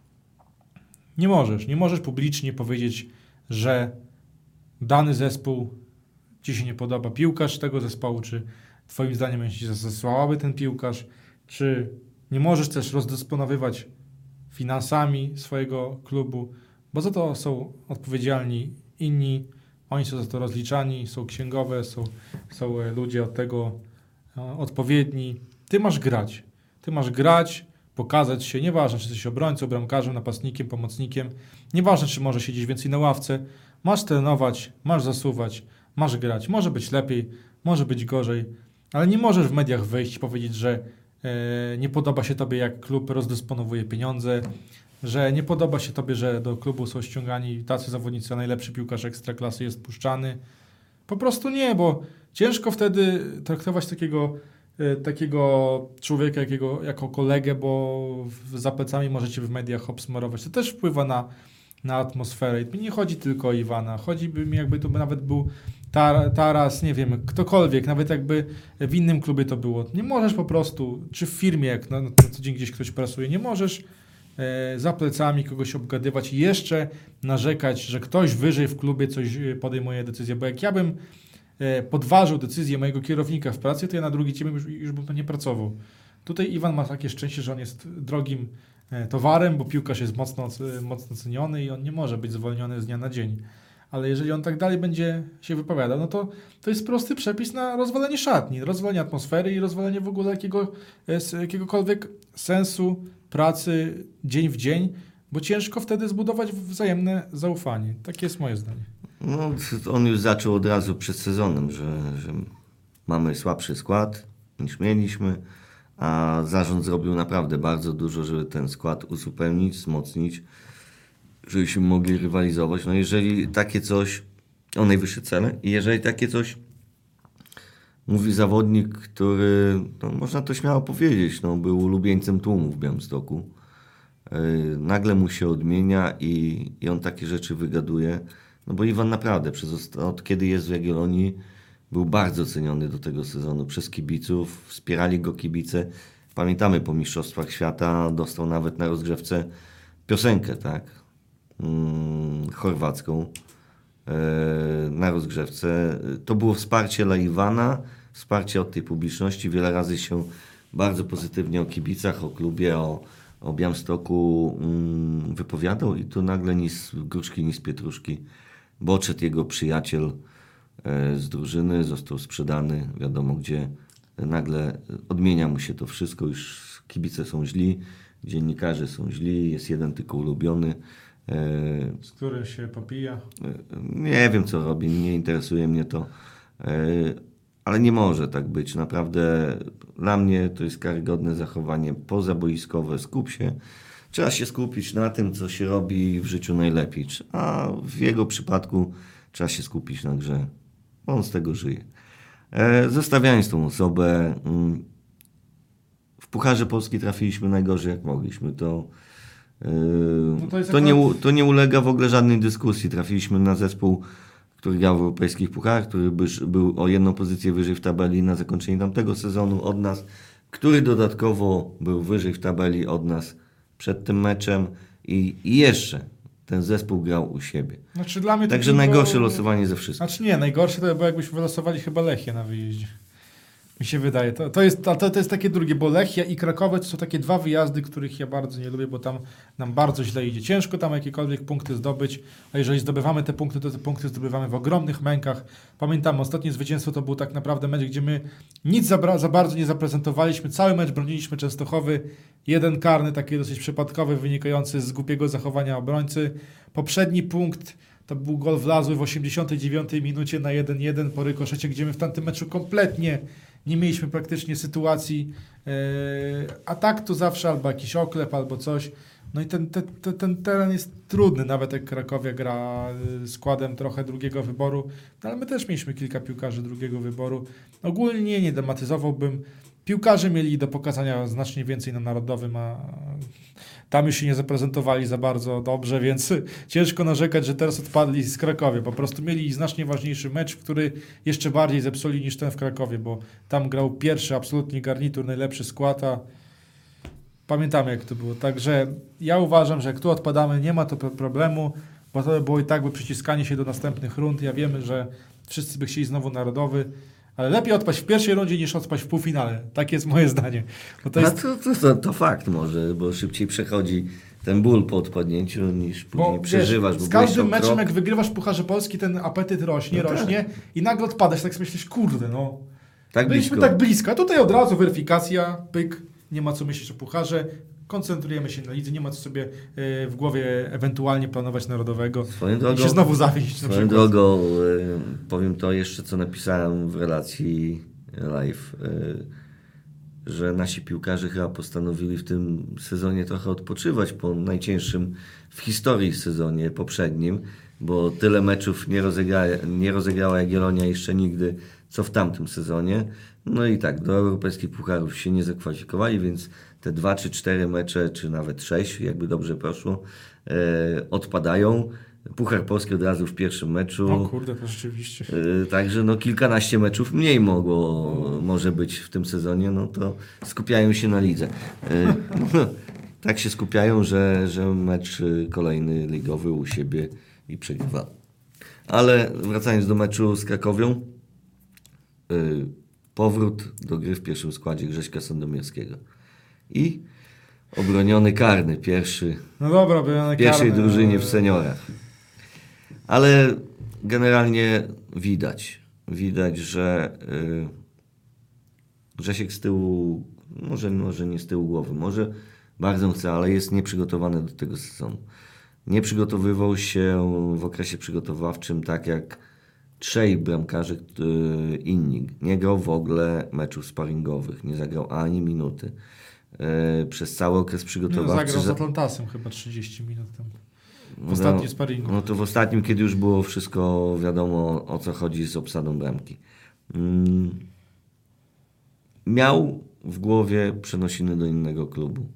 nie możesz publicznie powiedzieć, że dany zespół ci się nie podoba, piłkarz tego zespołu, czy twoim zdaniem się zasłaby ten piłkarz, czy nie możesz też rozdysponowywać finansami swojego klubu, bo za to są odpowiedzialni inni, oni są za to rozliczani, są księgowe, są ludzie od tego odpowiedni. Ty masz grać, pokazać się, nieważne czy jesteś obrońcą, bramkarzem, napastnikiem, pomocnikiem, nieważne czy możesz siedzieć więcej na ławce, masz trenować, masz zasuwać, masz grać. Może być lepiej, może być gorzej, ale nie możesz w mediach wyjść i powiedzieć, że nie podoba się tobie, jak klub rozdysponowuje pieniądze, że nie podoba się tobie, że do klubu są ściągani tacy zawodnicy, a najlepszy piłkarz ekstraklasy jest puszczany. Po prostu nie, bo ciężko wtedy traktować takiego człowieka jako kolegę, bo za plecami możecie w mediach obsmarować. To też wpływa na atmosferę. I nie chodzi tylko o Iwana. Chodzi mi, jakby to nawet był Taras, nie wiem, ktokolwiek, nawet jakby w innym klubie to było. Nie możesz po prostu, czy w firmie, jak na co dzień gdzieś ktoś pracuje, nie możesz za plecami kogoś obgadywać i jeszcze narzekać, że ktoś wyżej w klubie coś podejmuje decyzję, bo jak ja bym podważył decyzję mojego kierownika w pracy, to ja na drugi dzień już bym nie pracował. Tutaj Iwan ma takie szczęście, że on jest drogim towarem, bo piłkarz jest mocno ceniony i on nie może być zwolniony z dnia na dzień. Ale jeżeli on tak dalej będzie się wypowiadał, no to jest prosty przepis na rozwalenie szatni, rozwalenie atmosfery i rozwalenie w ogóle jakiegokolwiek sensu pracy dzień w dzień, bo ciężko wtedy zbudować wzajemne zaufanie. Takie jest moje zdanie.
No, on już zaczął od razu przed sezonem, że mamy słabszy skład niż mieliśmy, a zarząd zrobił naprawdę bardzo dużo, żeby ten skład uzupełnić, wzmocnić, żebyśmy mogli rywalizować. No jeżeli takie coś, o najwyższe cele, i jeżeli takie coś mówi zawodnik, który, no, można to śmiało powiedzieć, no, był ulubieńcem tłumu w Białymstoku, nagle mu się odmienia i on takie rzeczy wygaduje. No bo Iwan naprawdę od kiedy jest w Jagiellonii był bardzo ceniony do tego sezonu przez kibiców, wspierali go kibice. Pamiętamy, po Mistrzostwach Świata dostał nawet na rozgrzewce piosenkę, tak? Chorwacką na rozgrzewce. To było wsparcie dla Iwana, wsparcie od tej publiczności. Wiele razy się bardzo pozytywnie o kibicach, o klubie, o Białymstoku wypowiadał i tu nagle ni z gruszki, ni z pietruszki, bo odszedł jego przyjaciel z drużyny, został sprzedany, wiadomo gdzie, nagle odmienia mu się to wszystko, już kibice są źli, dziennikarze są źli, jest jeden tylko ulubiony.
Z którym się popija?
Nie wiem co robi, nie interesuje mnie to, ale nie może tak być. Naprawdę dla mnie to jest karygodne zachowanie pozaboiskowe. Skup się. Trzeba się skupić na tym, co się robi w życiu najlepiej. A w jego przypadku trzeba się skupić na grze. On z tego żyje. Zostawiając tą osobę, w Pucharze Polski trafiliśmy najgorzej jak mogliśmy. To nie ulega w ogóle żadnej dyskusji. Trafiliśmy na zespół, który grał w europejskich pucharach, który był o jedną pozycję wyżej w tabeli na zakończenie tamtego sezonu od nas, który dodatkowo był wyżej w tabeli od nas przed tym meczem i jeszcze ten zespół grał u siebie.
Znaczy, dla mnie
Także najgorsze losowanie ze wszystkich.
Znaczy nie, najgorsze to było jakbyśmy wylosowali chyba Lechię na wyjeździe. Mi się wydaje. To jest takie drugie, bo Lechia i Krakowiec to są takie dwa wyjazdy, których ja bardzo nie lubię, bo tam nam bardzo źle idzie. Ciężko tam jakiekolwiek punkty zdobyć, a jeżeli zdobywamy te punkty, to te punkty zdobywamy w ogromnych mękach. Pamiętam, ostatnie zwycięstwo to był tak naprawdę mecz, gdzie my nic za bardzo nie zaprezentowaliśmy. Cały mecz broniliśmy Częstochowy. Jeden karny, taki dosyć przypadkowy, wynikający z głupiego zachowania obrońcy. Poprzedni punkt to był gol wlazły w 89 minucie na 1-1 po rykoszecie, gdzie my w tamtym meczu kompletnie nie mieliśmy praktycznie sytuacji, a tak to zawsze albo jakiś oklep, albo coś. No i ten teren jest trudny, nawet jak Krakowia gra składem trochę drugiego wyboru, no ale my też mieliśmy kilka piłkarzy drugiego wyboru. Ogólnie nie dramatyzowałbym. Piłkarze mieli do pokazania znacznie więcej na Narodowym, a tam już się nie zaprezentowali za bardzo dobrze, więc ciężko narzekać, że teraz odpadli z Krakowie. Po prostu mieli znacznie ważniejszy mecz, który jeszcze bardziej zepsuli niż ten w Krakowie, bo tam grał pierwszy absolutnie garnitur, najlepszy skład, a pamiętamy jak to było. Także ja uważam, że jak tu odpadamy, nie ma to problemu, bo to by było i tak przyciskanie się do następnych rund. Ja wiemy, że wszyscy by chcieli znowu Narodowy, ale lepiej odpaść w pierwszej rundzie niż odpaść w półfinale. Tak jest moje zdanie. Bo
to fakt może, bo szybciej przechodzi ten ból po odpadnięciu niż później przeżywasz.
Z każdym meczem jak wygrywasz w Pucharze Polski, ten apetyt rośnie i nagle odpadasz. Tak sobie myślisz, kurde no.
Tak
byliśmy tak blisko. A tutaj od razu weryfikacja, pyk, nie ma co myśleć o Pucharze. Koncentrujemy się na lidze, nie ma co sobie w głowie ewentualnie planować Narodowego i się znowu zawieść.
Swoją drogą powiem to jeszcze, co napisałem w relacji live, że nasi piłkarze chyba postanowili w tym sezonie trochę odpoczywać po najcięższym w historii sezonie poprzednim, bo tyle meczów nie rozegrała Jagiellonia jeszcze nigdy, co w tamtym sezonie. No i tak, do europejskich pucharów się nie zakwalifikowali, więc te 2 czy 4 mecze, czy nawet 6, jakby dobrze poszło, odpadają. Puchar Polski od razu w pierwszym meczu.
O kurde, to rzeczywiście.
Także kilkanaście meczów mniej może być w tym sezonie, no to skupiają się na lidze. Tak się skupiają, że mecz kolejny ligowy u siebie i przegrywa. Ale wracając do meczu z Krakowią, powrót do gry w pierwszym składzie Grześka Sandomierskiego. I obroniony karny, pierwszy w pierwszej drużynie w seniorach. Ale generalnie widać, że Grzesiek z tyłu, może nie z tyłu głowy, może bardzo chce, ale jest nieprzygotowany do tego sezonu. Nie przygotowywał się w okresie przygotowawczym tak jak 3 bramkarze inni. Nie grał w ogóle meczów sparingowych, nie zagrał ani minuty. Przez cały okres przygotowawczy...
Zagrał z Atlantasem chyba 30 minut tam. W ostatnim sparingu.
No to w ostatnim, kiedy już było wszystko wiadomo, o co chodzi z obsadą bramki. Miał w głowie przenosiny do innego klubu.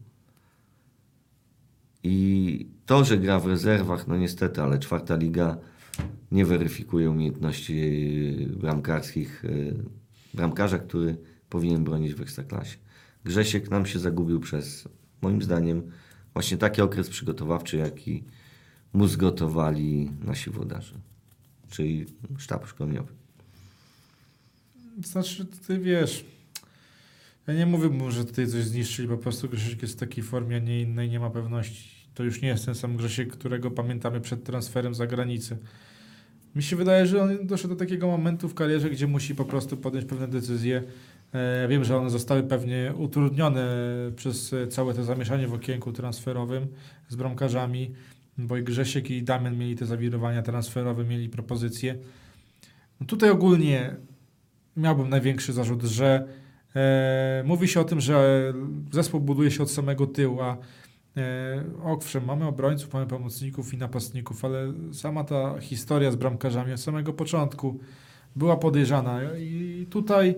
I to, że gra w rezerwach, no niestety, ale 4. liga nie weryfikuje umiejętności bramkarskich bramkarza, który powinien bronić w Ekstraklasie. Grzesiek nam się zagubił przez, moim zdaniem, właśnie taki okres przygotowawczy, jaki mu zgotowali nasi włodarze, czyli sztab szkoleniowy.
Znaczy, ty wiesz, ja nie mówię mu, że tutaj coś zniszczyli, po prostu Grzesiek jest w takiej formie, a nie innej, nie ma pewności. To już nie jest ten sam Grzesiek, którego pamiętamy przed transferem za granicę. Mi się wydaje, że on doszedł do takiego momentu w karierze, gdzie musi po prostu podjąć pewne decyzje. Wiem, że one zostały pewnie utrudnione przez całe to zamieszanie w okienku transferowym z bramkarzami, bo i Grzesiek i Damian mieli te zawirowania transferowe, mieli propozycje. No tutaj ogólnie miałbym największy zarzut, że mówi się o tym, że zespół buduje się od samego tyłu, a owszem, mamy obrońców, mamy pomocników i napastników, ale sama ta historia z bramkarzami od samego początku była podejrzana i tutaj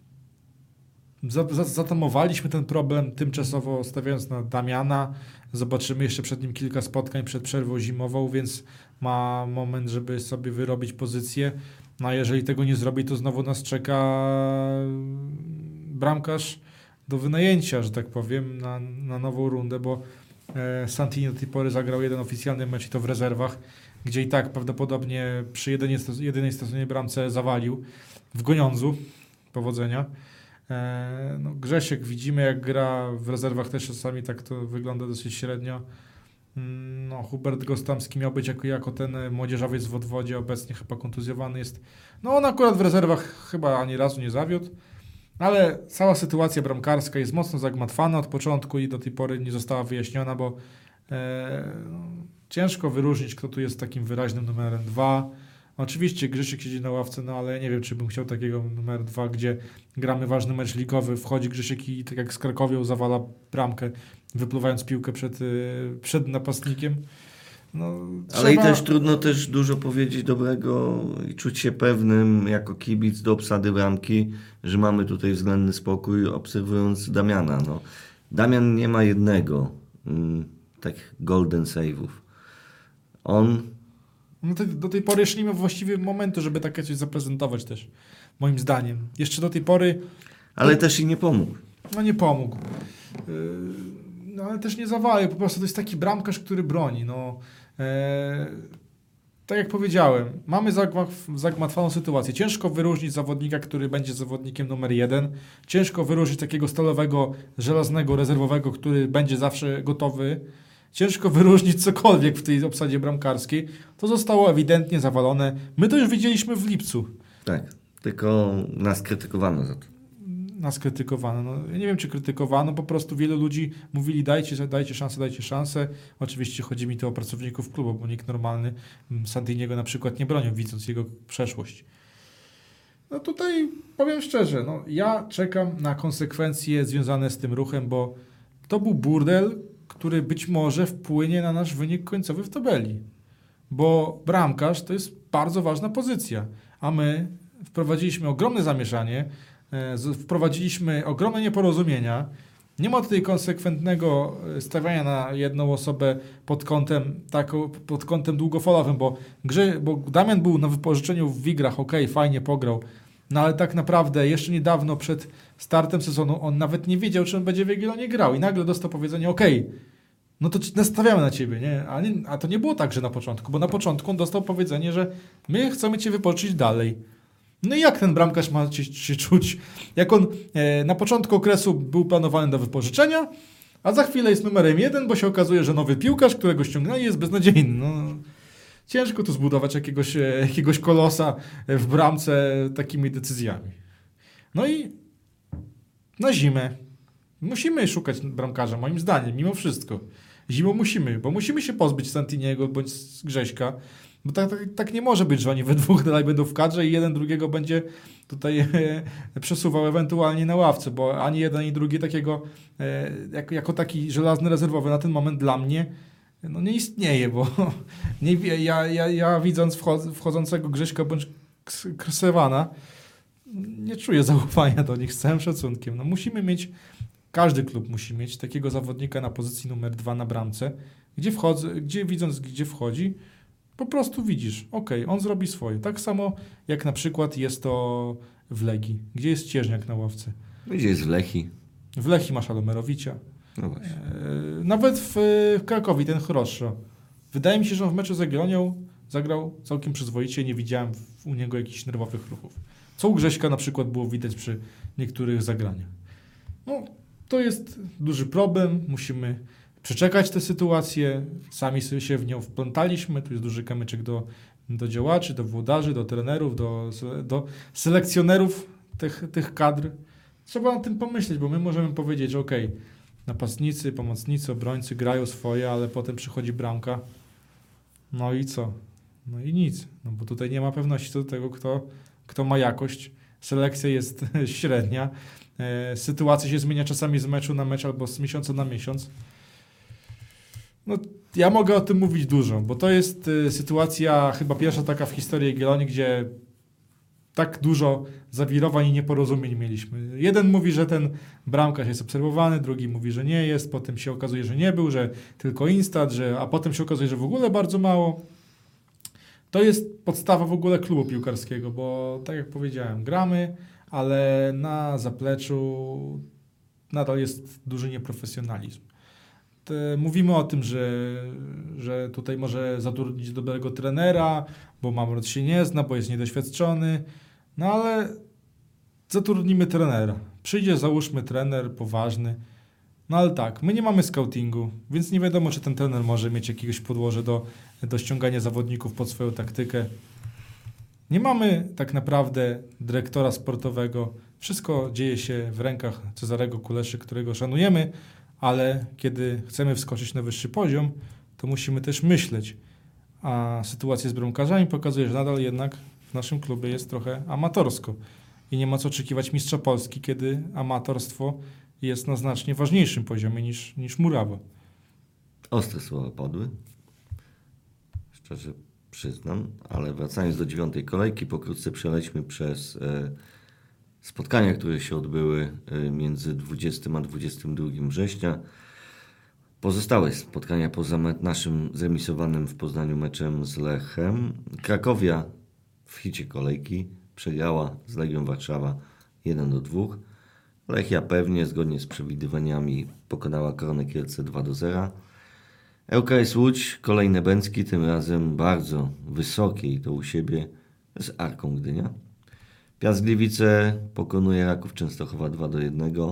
zatamowaliśmy ten problem tymczasowo stawiając na Damiana. Zobaczymy jeszcze przed nim kilka spotkań przed przerwą zimową, więc ma moment, żeby sobie wyrobić pozycję. No a jeżeli tego nie zrobi, to znowu nas czeka bramkarz do wynajęcia, że tak powiem, na nową rundę, bo Santini do tej pory zagrał jeden oficjalny mecz i to w rezerwach, gdzie i tak prawdopodobnie przy jedynej straconej bramce zawalił w Goniądzu. Powodzenia. No, Grzesiek widzimy jak gra w rezerwach też czasami tak to wygląda dosyć średnio. No, Hubert Gostamski miał być jako ten młodzieżowiec w odwodzie, obecnie chyba kontuzjowany jest. No on akurat w rezerwach chyba ani razu nie zawiódł, ale cała sytuacja bramkarska jest mocno zagmatwana od początku i do tej pory nie została wyjaśniona, bo ciężko wyróżnić, kto tu jest takim wyraźnym numerem 2. Oczywiście Grzesiek siedzi na ławce, no ale ja nie wiem, czy bym chciał takiego numer 2, gdzie gramy ważny mecz ligowy, wchodzi Grzesiek i tak jak z Krakowią zawala bramkę, wypluwając piłkę przed napastnikiem. No,
ale i też trudno też dużo powiedzieć dobrego i czuć się pewnym jako kibic do obsady bramki, że mamy tutaj względny spokój, obserwując Damiana. No. Damian nie ma jednego takich golden save'ów. On...
No do tej pory jeszcze nie miał właściwie momentu, żeby takie coś zaprezentować też, moim zdaniem. Jeszcze do tej pory...
Ale też i nie pomógł.
No nie pomógł. No ale też nie zawalił. Po prostu to jest taki bramkarz, który broni. No, tak jak powiedziałem, mamy zagmatwaną sytuację. Ciężko wyróżnić zawodnika, który będzie zawodnikiem numer 1. Ciężko wyróżnić takiego stalowego, żelaznego, rezerwowego, który będzie zawsze gotowy. Ciężko wyróżnić cokolwiek w tej obsadzie bramkarskiej. To zostało ewidentnie zawalone. My to już widzieliśmy w lipcu.
Tak, tylko nas krytykowano za to.
Nas krytykowano. No, ja nie wiem, czy krytykowano, po prostu wielu ludzi mówili dajcie szansę. Oczywiście chodzi mi tu o pracowników klubu, bo nikt normalny Santiniego na przykład nie bronił, widząc jego przeszłość. No tutaj powiem szczerze, no, ja czekam na konsekwencje związane z tym ruchem, bo to był burdel, który być może wpłynie na nasz wynik końcowy w tabeli. Bo bramkarz to jest bardzo ważna pozycja, a my wprowadziliśmy ogromne zamieszanie, wprowadziliśmy ogromne nieporozumienia. Nie ma tutaj konsekwentnego stawiania na jedną osobę pod kątem długofalowym, bo Damian był na wypożyczeniu w Wigrach, fajnie pograł, no ale tak naprawdę jeszcze niedawno przed startem sezonu on nawet nie wiedział, czy on będzie w Jagiellonie grał i nagle dostał powiedzenie, no to nastawiamy na ciebie, nie? A to nie było tak, że na początku, bo na początku on dostał powiedzenie, że my chcemy cię wypożyczyć dalej. No i jak ten bramkarz ma się czuć? Jak on na początku okresu był planowany do wypożyczenia, a za chwilę jest numerem 1, bo się okazuje, że nowy piłkarz, którego ściągnęli, jest beznadziejny. No, ciężko tu zbudować jakiegoś kolosa w bramce takimi decyzjami. No i na zimę musimy szukać bramkarza, moim zdaniem, mimo wszystko. Zimą musimy, bo musimy się pozbyć Santiniego bądź Grześka, bo tak nie może być, że oni we dwóch dalej będą w kadrze i jeden drugiego będzie tutaj przesuwał ewentualnie na ławce, bo ani jeden, ani drugi takiego jako taki żelazny rezerwowy na ten moment dla mnie no nie istnieje, bo ja widząc wchodzącego Grześka bądź Krsewana nie czuję zaufania do nich z całym szacunkiem. No każdy klub musi mieć takiego zawodnika na pozycji numer 2 na bramce, gdzie widząc gdzie wchodzi, po prostu widzisz, on zrobi swoje. Tak samo jak na przykład jest to w Legii, gdzie jest Cieżniak na ławce.
Gdzie jest w Lechii?
W Lechii masz Alomerowicza.
No właśnie.
Nawet w Krakowie ten Chroszo. Wydaje mi się, że on w meczu z Jagiellonią zagrał całkiem przyzwoicie. Nie widziałem u niego jakichś nerwowych ruchów. Co u Grześka na przykład było widać przy niektórych zagraniach. No, to jest duży problem. Musimy przeczekać tę sytuację. Sami sobie się w nią wplątaliśmy. Tu jest duży kamyczek do działaczy, do włodarzy, do trenerów, do selekcjonerów tych kadr. Trzeba o tym pomyśleć, bo my możemy powiedzieć, że napastnicy, pomocnicy, obrońcy grają swoje, ale potem przychodzi bramka. No i co? No i nic. No bo tutaj nie ma pewności co do tego, kto ma jakość selekcja jest średnia. Sytuacja się zmienia czasami z meczu na mecz albo z miesiąca na miesiąc. No, ja mogę o tym mówić dużo, bo to jest sytuacja chyba pierwsza taka w historii Jagiellonii, gdzie tak dużo zawirowań i nieporozumień mieliśmy. Jeden mówi, że ten bramkarz jest obserwowany, drugi mówi, że nie jest, potem się okazuje, że nie był, że tylko instat, a potem się okazuje, że w ogóle bardzo mało. To jest podstawa w ogóle klubu piłkarskiego, bo tak jak powiedziałem, gramy, ale na zapleczu nadal jest duży nieprofesjonalizm. Mówimy o tym, że tutaj może zatrudnić dobrego trenera, bo Mamrot się nie zna, bo jest niedoświadczony, no ale zatrudnimy trenera. Przyjdzie, załóżmy, trener poważny, no ale tak, my nie mamy scoutingu, więc nie wiadomo, czy ten trener może mieć jakiegoś podłoże do ściągania zawodników pod swoją taktykę. Nie mamy tak naprawdę dyrektora sportowego. Wszystko dzieje się w rękach Cezarego Kuleszy, którego szanujemy, ale kiedy chcemy wskoczyć na wyższy poziom, to musimy też myśleć. A sytuacja z bramkarzami pokazuje, że nadal jednak w naszym klubie jest trochę amatorsko. I nie ma co oczekiwać mistrza Polski, kiedy amatorstwo jest na znacznie ważniejszym poziomie niż murawa.
Ostre słowa padły. Szczerze przyznam, ale wracając do 9. kolejki, pokrótce przelećmy przez spotkania, które się odbyły między 20 a 22 września. Pozostałe spotkania poza naszym zremisowanym w Poznaniu meczem z Lechem. Krakowia w hicie kolejki przegrała z Legią Warszawa 1-2. Lechia pewnie, zgodnie z przewidywaniami, pokonała Koronę Kielce 2-0. ŁKS Łódź, kolejne bęcki, tym razem bardzo wysokie i to u siebie, z Arką Gdynia. Piast Gliwice pokonuje Raków Częstochowa 2-1.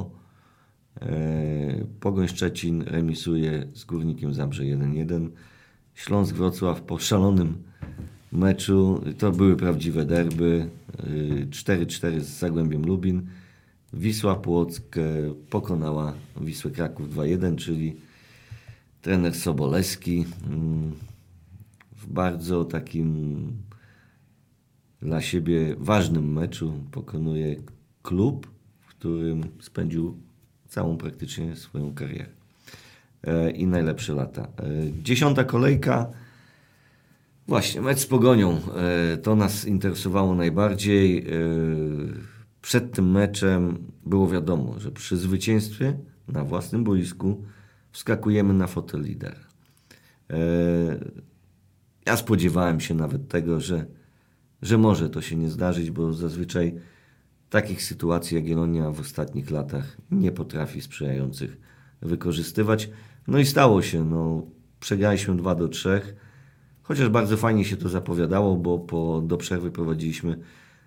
Pogoń Szczecin remisuje z Górnikiem Zabrze 1-1. Śląsk Wrocław po szalonym meczu, to były prawdziwe derby, 4-4 z Zagłębiem Lubin. Wisła Płock pokonała Wisłę Kraków 2-1, czyli trener Sobolewski w bardzo takim dla siebie ważnym meczu pokonuje klub, w którym spędził całą praktycznie swoją karierę i najlepsze lata. 10. kolejka, właśnie mecz z Pogonią, to nas interesowało najbardziej. Przed tym meczem było wiadomo, że przy zwycięstwie na własnym boisku wskakujemy na fotel lidera. Ja spodziewałem się nawet tego, że może to się nie zdarzyć, bo zazwyczaj takich sytuacji Jagiellonia w ostatnich latach nie potrafi sprzyjających wykorzystywać. No i stało się. Przegraliśmy 2-3, chociaż bardzo fajnie się to zapowiadało, bo do przerwy prowadziliśmy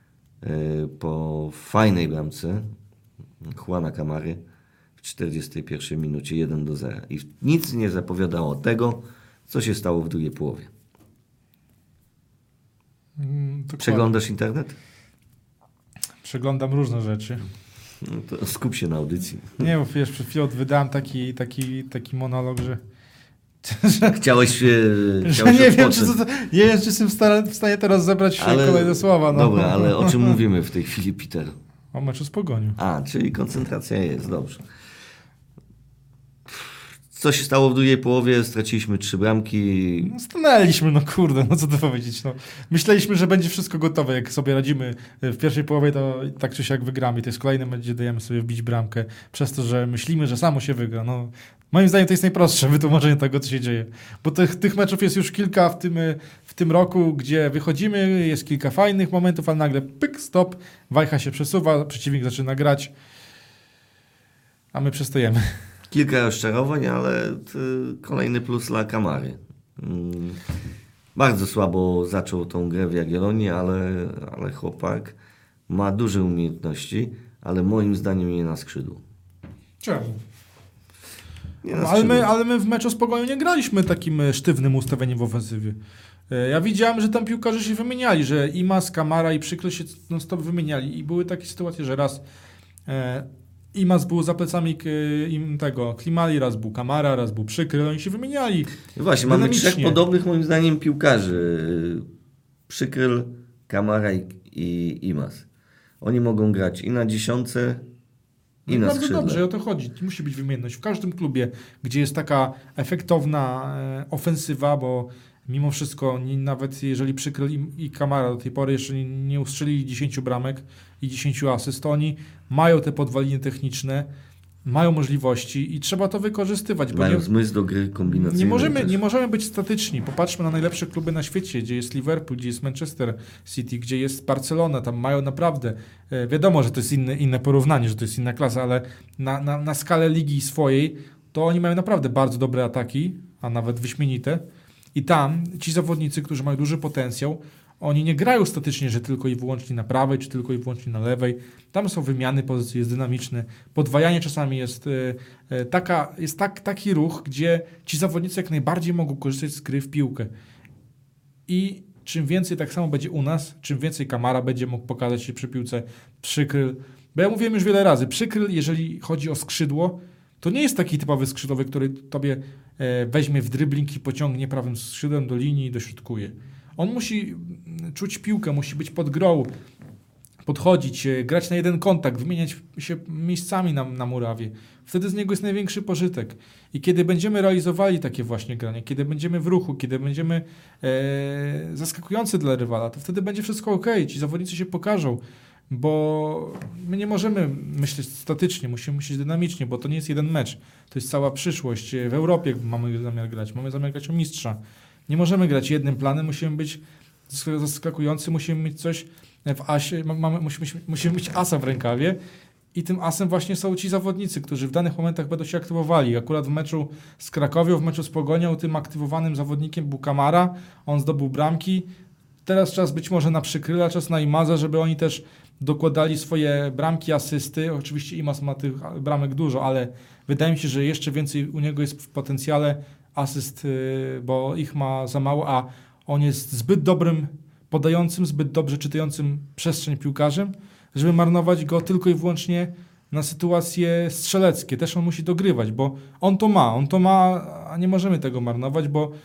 po fajnej bramce Juana Camary w 41 minucie 1-0. I nic nie zapowiadało tego, co się stało w drugiej połowie. Przeglądasz internet?
Przeglądam różne rzeczy.
No to skup się na audycji.
Nie, bo wiesz, przed chwilą wydałem taki monolog, że
Chciałeś
nie wiem, nie wiem, czy jestem w stanie teraz zebrać kolejne słowa.
Dobra, ale o czym mówimy w tej chwili, Peter?
O meczu z Pogonią.
Czyli koncentracja jest, dobrze. Co się stało w drugiej połowie? Straciliśmy 3 bramki.
Stanęliśmy, kurde, co tu powiedzieć. Myśleliśmy, że będzie wszystko gotowe. Jak sobie radzimy w pierwszej połowie, to tak czy siak wygramy. To jest kolejny mecz, gdzie dajemy sobie wbić bramkę. Przez to, że myślimy, że samo się wygra. Moim zdaniem to jest najprostsze wytłumaczenie tego, co się dzieje. Bo tych meczów jest już kilka w tym roku, gdzie wychodzimy, jest kilka fajnych momentów, ale nagle pyk, stop, wajcha się przesuwa, przeciwnik zaczyna grać, a my przestajemy.
Kilka rozczarowań, ale kolejny plus dla Camary. Bardzo słabo zaczął tą grę w Jagiellonii, ale chłopak ma duże umiejętności, ale moim zdaniem nie na skrzydło.
Czemu? Ale my w meczu z Pogonią nie graliśmy takim sztywnym ustawieniem w ofensywie. Ja widziałem, że tam piłkarze się wymieniali, że Imas, Kamara i Przykry się non-stop wymieniali i były takie sytuacje, że raz Imas był za plecami Klimali, raz był Kamara, raz był Przykry, oni się wymieniali.
I właśnie, mamy 3 podobnych moim zdaniem piłkarzy. Przykryl, Kamara i Imas. Oni mogą grać i na dziesiątce, i na
bardzo
skrzydle.
dobrze, o to chodzi. Musi być wymienność. W każdym klubie, gdzie jest taka efektowna ofensywa, bo mimo wszystko, nawet jeżeli Przykryl i Kamara do tej pory jeszcze nie ustrzelili 10 bramek i 10 asyst, to oni mają te podwaliny techniczne, mają możliwości i trzeba to wykorzystywać.
Mają zmysł do gry kombinacyjnej.
Nie możemy być statyczni. Popatrzmy na najlepsze kluby na świecie, gdzie jest Liverpool, gdzie jest Manchester City, gdzie jest Barcelona. Tam mają naprawdę, wiadomo, że to jest inne porównanie, że to jest inna klasa, ale na skalę ligi swojej to oni mają naprawdę bardzo dobre ataki, a nawet wyśmienite. I tam ci zawodnicy, którzy mają duży potencjał, oni nie grają statycznie, że tylko i wyłącznie na prawej, czy tylko i wyłącznie na lewej. Tam są wymiany pozycji, jest dynamiczne. Podwajanie czasami jest taki ruch, gdzie ci zawodnicy jak najbardziej mogą korzystać z gry w piłkę. I czym więcej tak samo będzie u nas, czym więcej Kamara będzie mógł pokazać się przy piłce, Przykryl. Bo ja mówiłem już wiele razy, Przykryl, jeżeli chodzi o skrzydło, to nie jest taki typowy skrzydłowy, który tobie weźmie w dribbling i pociągnie prawym skrzydłem do linii i dośrodkuje. On musi czuć piłkę, musi być pod grą, podchodzić, grać na jeden kontakt, wymieniać się miejscami na murawie. Wtedy z niego jest największy pożytek. I kiedy będziemy realizowali takie właśnie granie, kiedy będziemy w ruchu, kiedy będziemy zaskakujący dla rywala, to wtedy będzie wszystko okej. Ci zawodnicy się pokażą, bo my nie możemy myśleć statycznie, musimy myśleć dynamicznie, bo to nie jest jeden mecz. To jest cała przyszłość. W Europie mamy zamiar grać o mistrza. Nie możemy grać jednym planem, musimy być zaskakujący, musimy mieć coś w asie, musimy mieć asa w rękawie i tym asem właśnie są ci zawodnicy, którzy w danych momentach będą się aktywowali. Akurat w meczu z Krakowią, w meczu z Pogonią tym aktywowanym zawodnikiem był Kamara, on zdobył bramki. Teraz czas być może na Przykryla, czas na Imaza, żeby oni też dokładali swoje bramki, asysty. Oczywiście Imaz ma tych bramek dużo, ale wydaje mi się, że jeszcze więcej u niego jest w potencjale asyst, bo ich ma za mało, a on jest zbyt dobrym podającym, zbyt dobrze czytającym przestrzeń piłkarzem, żeby marnować go tylko i wyłącznie na sytuacje strzeleckie. Też on musi dogrywać, bo on to ma, a nie możemy tego marnować,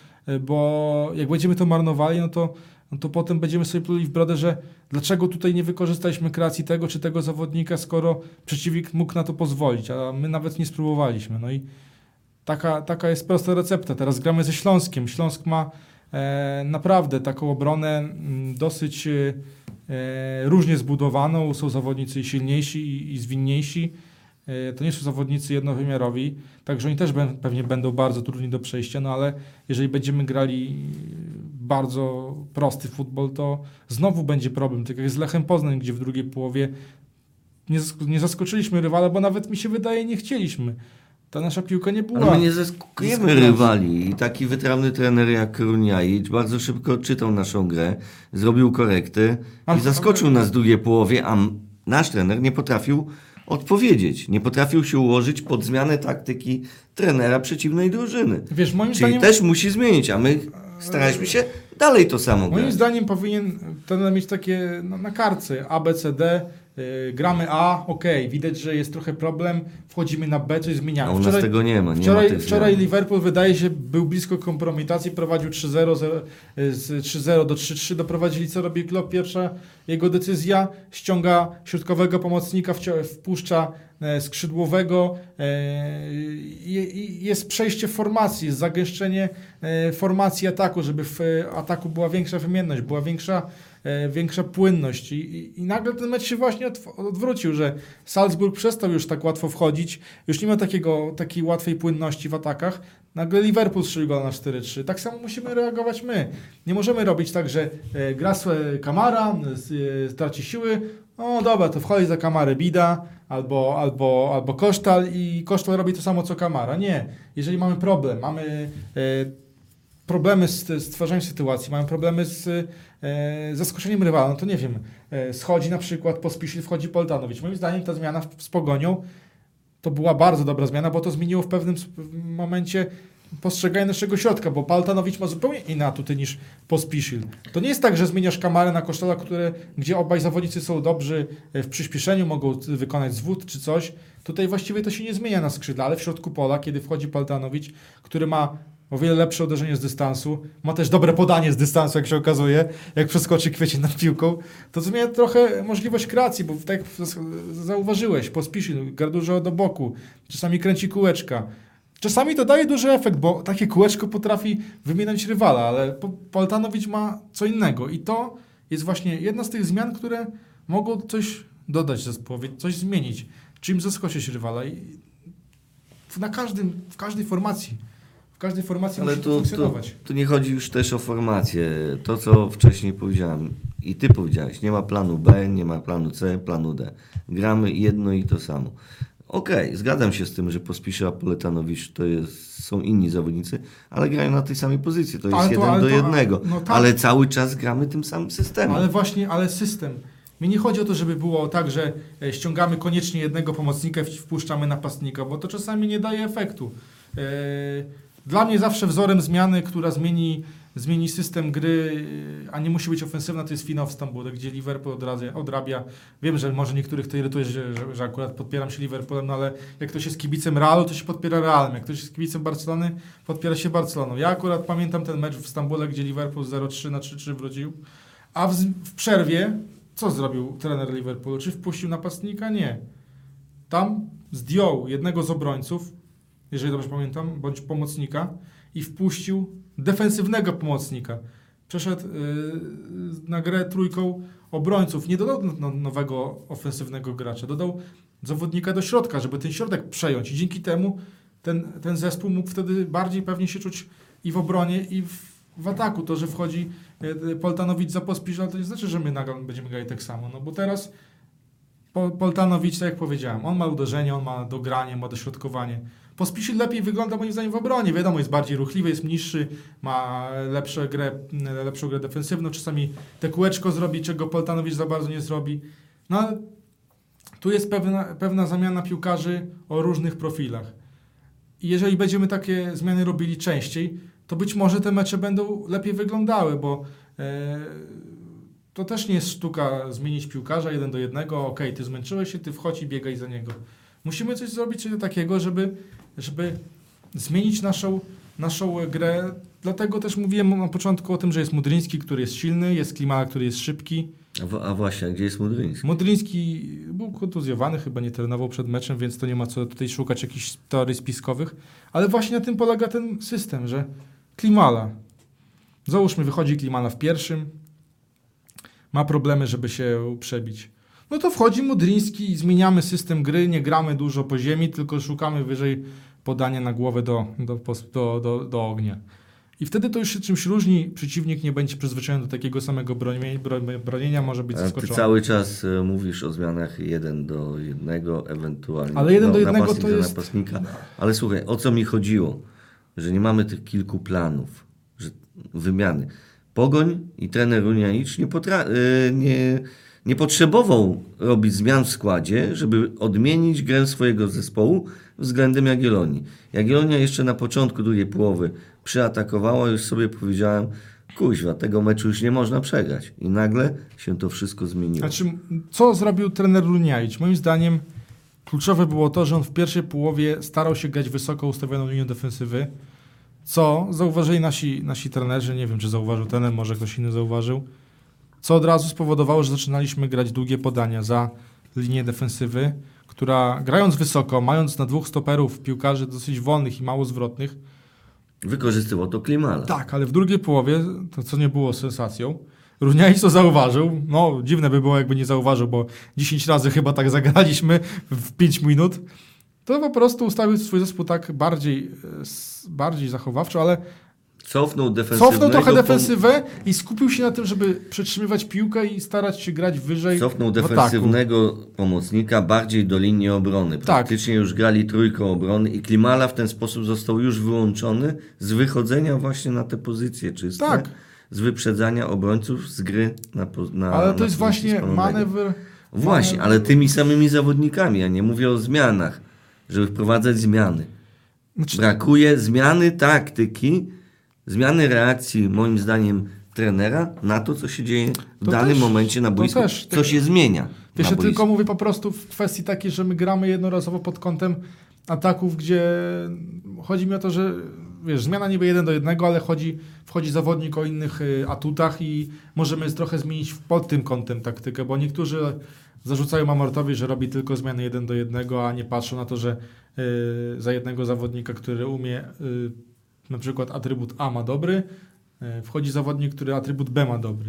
bo jak będziemy to marnowali, no to potem będziemy sobie pluli w brodę, że dlaczego tutaj nie wykorzystaliśmy kreacji tego czy tego zawodnika, skoro przeciwnik mógł na to pozwolić, a my nawet nie spróbowaliśmy. No i taka jest prosta recepta. Teraz gramy ze Śląskiem. Śląsk ma naprawdę taką obronę dosyć różnie zbudowaną. Są zawodnicy silniejsi i zwinniejsi. To nie są zawodnicy jednowymiarowi, także oni też pewnie będą bardzo trudni do przejścia, no ale jeżeli będziemy grali bardzo prosty futbol, to znowu będzie problem. Tak jak z Lechem Poznań, gdzie w drugiej połowie nie zaskoczyliśmy rywala, bo nawet mi się wydaje, nie chcieliśmy. Ta nasza piłka nie była...
Ale my nie zaskakujemy rywali. I taki wytrawny trener jak Runjaic bardzo szybko czytał naszą grę, zrobił korekty i zaskoczył nas w drugiej połowie, a nasz trener nie potrafił odpowiedzieć. Nie potrafił się ułożyć pod zmianę taktyki trenera przeciwnej drużyny.
Wiesz, moim
Czyli
zdaniem...
też musi zmienić, a my staraliśmy się dalej to samo grać.
Moim zdaniem powinien trener mieć takie na kartce A, B, C, D. Gramy A, widać, że jest trochę problem, wchodzimy na B, coś zmieniamy.
A u nas tego nie ma.
Wczoraj Liverpool wydaje się był blisko kompromitacji, prowadził 3-0, z 3-0 do 3-3 doprowadzili, co robi Klopp. Pierwsza jego decyzja, ściąga środkowego pomocnika, wpuszcza skrzydłowego, jest przejście formacji, jest zagęszczenie formacji ataku, żeby w ataku była większa wymienność, była większa płynność i nagle ten mecz się właśnie odwrócił, że Salzburg przestał już tak łatwo wchodzić, już nie ma takiej łatwej płynności w atakach, nagle Liverpool strzelił gola na 4-3. Tak samo musimy reagować my. Nie możemy robić tak, że gra Kamara, traci siły, o dobra, to wchodzi za Kamarę Bida albo Kosztal i Kosztal robi to samo co Kamara. Nie. Jeżeli mamy problem, mamy problemy z stwarzaniem sytuacji, mamy problemy z zaskoczeniem rywala, no to nie wiem, schodzi na przykład Pospisil, wchodzi Poltanowicz. Moim zdaniem ta zmiana z Pogonią to była bardzo dobra zmiana, bo to zmieniło w pewnym momencie postrzeganie naszego środka, bo Poltanowicz ma zupełnie inne atuty niż Pospisil. To nie jest tak, że zmieniasz Kamarę na Kosztala, gdzie obaj zawodnicy są dobrzy w przyspieszeniu, mogą wykonać zwód czy coś. Tutaj właściwie to się nie zmienia na skrzydle, ale w środku pola, kiedy wchodzi Poltanowicz, który ma o wiele lepsze uderzenie z dystansu, ma też dobre podanie z dystansu, jak się okazuje, jak przeskoczy Kwiecień nad piłką, to zmienia trochę możliwość kreacji, bo tak jak zauważyłeś, Pospisil gra dużo do boku, czasami kręci kółeczka. Czasami to daje duży efekt, bo takie kółeczko potrafi wymieniać rywala, ale Poltanowicz ma co innego i to jest właśnie jedna z tych zmian, które mogą coś dodać zespołowi, coś zmienić, czym zaskoczyć rywala i w każdej formacji
Ale
musi to funkcjonować.
tu nie chodzi już też o formację. To, co wcześniej powiedziałem i ty powiedziałeś, nie ma planu B, nie ma planu C, planu D. Gramy jedno i to samo. Okej, zgadzam się z tym, że Pospisil, a Poltanowicz są inni zawodnicy, ale grają na tej samej pozycji. To jest 1 do 1.
No tak.
Ale cały czas gramy tym samym systemem.
Ale system. Mi nie chodzi o to, żeby było tak, że ściągamy koniecznie jednego pomocnika i wpuszczamy napastnika, bo to czasami nie daje efektu. Dla mnie zawsze wzorem zmiany, która zmieni system gry, a nie musi być ofensywna, to jest finał w Stambule, gdzie Liverpool odrabia. Wiem, że może niektórych to irytuje, że akurat podpieram się Liverpoolem, no ale jak ktoś jest kibicem Realu, to się podpiera Realem. Jak ktoś jest kibicem Barcelony, podpiera się Barceloną. Ja akurat pamiętam ten mecz w Stambule, gdzie Liverpool 0-3 na 3-3 wrócił, a w przerwie co zrobił trener Liverpoolu? Czy wpuścił napastnika? Nie. Tam zdjął jednego z obrońców, jeżeli dobrze pamiętam, bądź pomocnika i wpuścił defensywnego pomocnika. Przeszedł na grę trójką obrońców. Nie dodał nowego ofensywnego gracza. Dodał zawodnika do środka, żeby ten środek przejąć. I dzięki temu ten zespół mógł wtedy bardziej pewnie się czuć i w obronie, i w ataku. To, że wchodzi Poltanowicz za Pospisil, to nie znaczy, że my nagle będziemy grali tak samo. No bo teraz Poltanowicz, tak jak powiedziałem, on ma uderzenie, on ma dogranie, ma dośrodkowanie. Pospisil lepiej wygląda moim zdaniem w obronie. Wiadomo, jest bardziej ruchliwy, jest niższy, ma lepszą grę defensywną. Czasami te kółeczko zrobi, czego Poltanowicz za bardzo nie zrobi. No ale tu jest pewna zamiana piłkarzy o różnych profilach. I jeżeli będziemy takie zmiany robili częściej, to być może te mecze będą lepiej wyglądały, bo to też nie jest sztuka zmienić piłkarza 1 do 1. Okej, ty zmęczyłeś się, ty wchodź i biegaj za niego. Musimy coś zrobić takiego, żeby zmienić naszą grę. Dlatego też mówiłem na początku o tym, że jest Mudryński, który jest silny, jest Klimala, który jest szybki.
A właśnie, gdzie jest Mudryński?
Mudryński był kontuzjowany, chyba nie trenował przed meczem, więc to nie ma co tutaj szukać jakichś teorii spiskowych. Ale właśnie na tym polega ten system, że Klimala. Załóżmy, wychodzi Klimala w pierwszym, ma problemy, żeby się przebić. No to wchodzi Mudryński i zmieniamy system gry, nie gramy dużo po ziemi, tylko szukamy wyżej podania na głowę do ognia. I wtedy to już się czymś różni, przeciwnik nie będzie przyzwyczajony do takiego samego bronienia, może być zaskoczony.
Ty cały czas mówisz o zmianach 1 do 1, ewentualnie.
Ale 1 do 1 to jest...
Napastnika. Ale słuchaj, o co mi chodziło? Że nie mamy tych kilku planów, że wymiany. Pogoń i trener Runiaić nie potrzebował robić zmian w składzie, żeby odmienić grę swojego zespołu względem Jagiellonii. Jagiellonia jeszcze na początku drugiej połowy przyatakowała, już sobie powiedziałem, kuźwa, tego meczu już nie można przegrać. I nagle się to wszystko zmieniło.
Znaczy, co zrobił trener Runiaić? Moim zdaniem kluczowe było to, że on w pierwszej połowie starał się grać wysoko ustawioną linią defensywy, co zauważyli nasi trenerzy, nie wiem, czy zauważył trener, może ktoś inny zauważył, co od razu spowodowało, że zaczynaliśmy grać długie podania za linię defensywy, która grając wysoko, mając na 2 stoperów piłkarzy dosyć wolnych i mało zwrotnych,
wykorzystywał to Klimala.
Tak, ale w drugiej połowie, to co nie było sensacją, Runiaić to zauważył. No, dziwne by było, jakby nie zauważył, bo 10 razy chyba tak zagraliśmy w 5 minut. To po prostu ustawił swój zespół tak bardziej zachowawczo, ale cofnął trochę defensywę i skupił się na tym, żeby przetrzymywać piłkę i starać się grać wyżej.
Cofnął defensywnego pomocnika bardziej do linii obrony. Praktycznie już grali trójką obrony i Klimala w ten sposób został już wyłączony z wychodzenia właśnie na te pozycje czyste.
Tak.
Z wyprzedzania obrońców z gry na
ale to jest właśnie manewr.
Właśnie, ale tymi samymi zawodnikami. Ja nie mówię o zmianach, żeby wprowadzać zmiany. Brakuje zmiany taktyki, zmiany reakcji, moim zdaniem, trenera na to, co się dzieje w danym momencie na boisku, co się zmienia.
Wiesz, ja tylko mówię po prostu w kwestii takiej, że my gramy jednorazowo pod kątem ataków, gdzie chodzi mi o to, że wiesz, zmiana niby 1-1, ale wchodzi zawodnik o innych atutach i możemy trochę zmienić pod tym kątem taktykę, bo niektórzy zarzucają Amortowi, że robi tylko zmiany 1-1, a nie patrzą na to, że za jednego zawodnika, który umie na przykład atrybut A ma dobry, wchodzi zawodnik, który atrybut B ma dobry.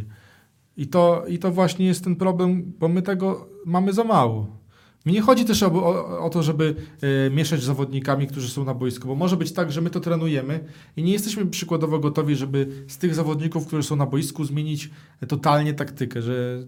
I to właśnie jest ten problem, bo my tego mamy za mało. Mi nie chodzi też o to, żeby mieszać z zawodnikami, którzy są na boisku, bo może być tak, że my to trenujemy i nie jesteśmy przykładowo gotowi, żeby z tych zawodników, którzy są na boisku, zmienić totalnie taktykę,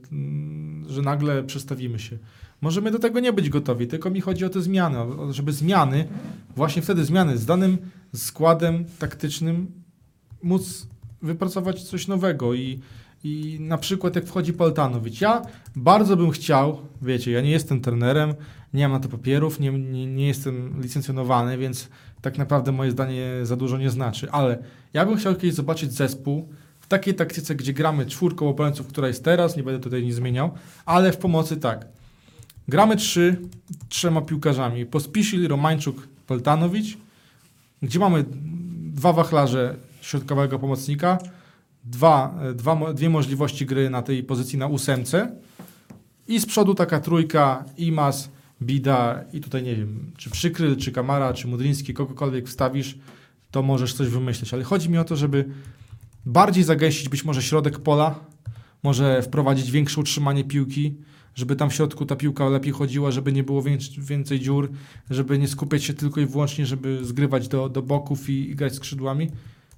że nagle przestawimy się. Możemy do tego nie być gotowi, tylko mi chodzi o te zmiany, żeby właśnie wtedy zmiany z danym składem taktycznym móc wypracować coś nowego i na przykład jak wchodzi Poltanowicz, ja bardzo bym chciał, wiecie, ja nie jestem trenerem, nie mam na to papierów, nie jestem licencjonowany, więc tak naprawdę moje zdanie za dużo nie znaczy, ale ja bym chciał kiedyś zobaczyć zespół w takiej taktyce, gdzie gramy 4 obrońców, która jest teraz, nie będę tutaj nic zmieniał, ale w pomocy tak. Gramy 3 piłkarzami, Pospisil, Romańczuk, Poltanowicz, gdzie mamy 2 wachlarze środkowego pomocnika, dwie możliwości gry na tej pozycji na 8 i z przodu taka trójka, Imas, Bida i tutaj nie wiem, czy Przykryl, czy Kamara, czy Mudryński, kogokolwiek wstawisz, to możesz coś wymyśleć, ale chodzi mi o to, żeby bardziej zagęścić być może środek pola, może wprowadzić większe utrzymanie piłki, żeby tam w środku ta piłka lepiej chodziła, żeby nie było więcej dziur, żeby nie skupiać się tylko i wyłącznie, żeby zgrywać do boków i grać skrzydłami.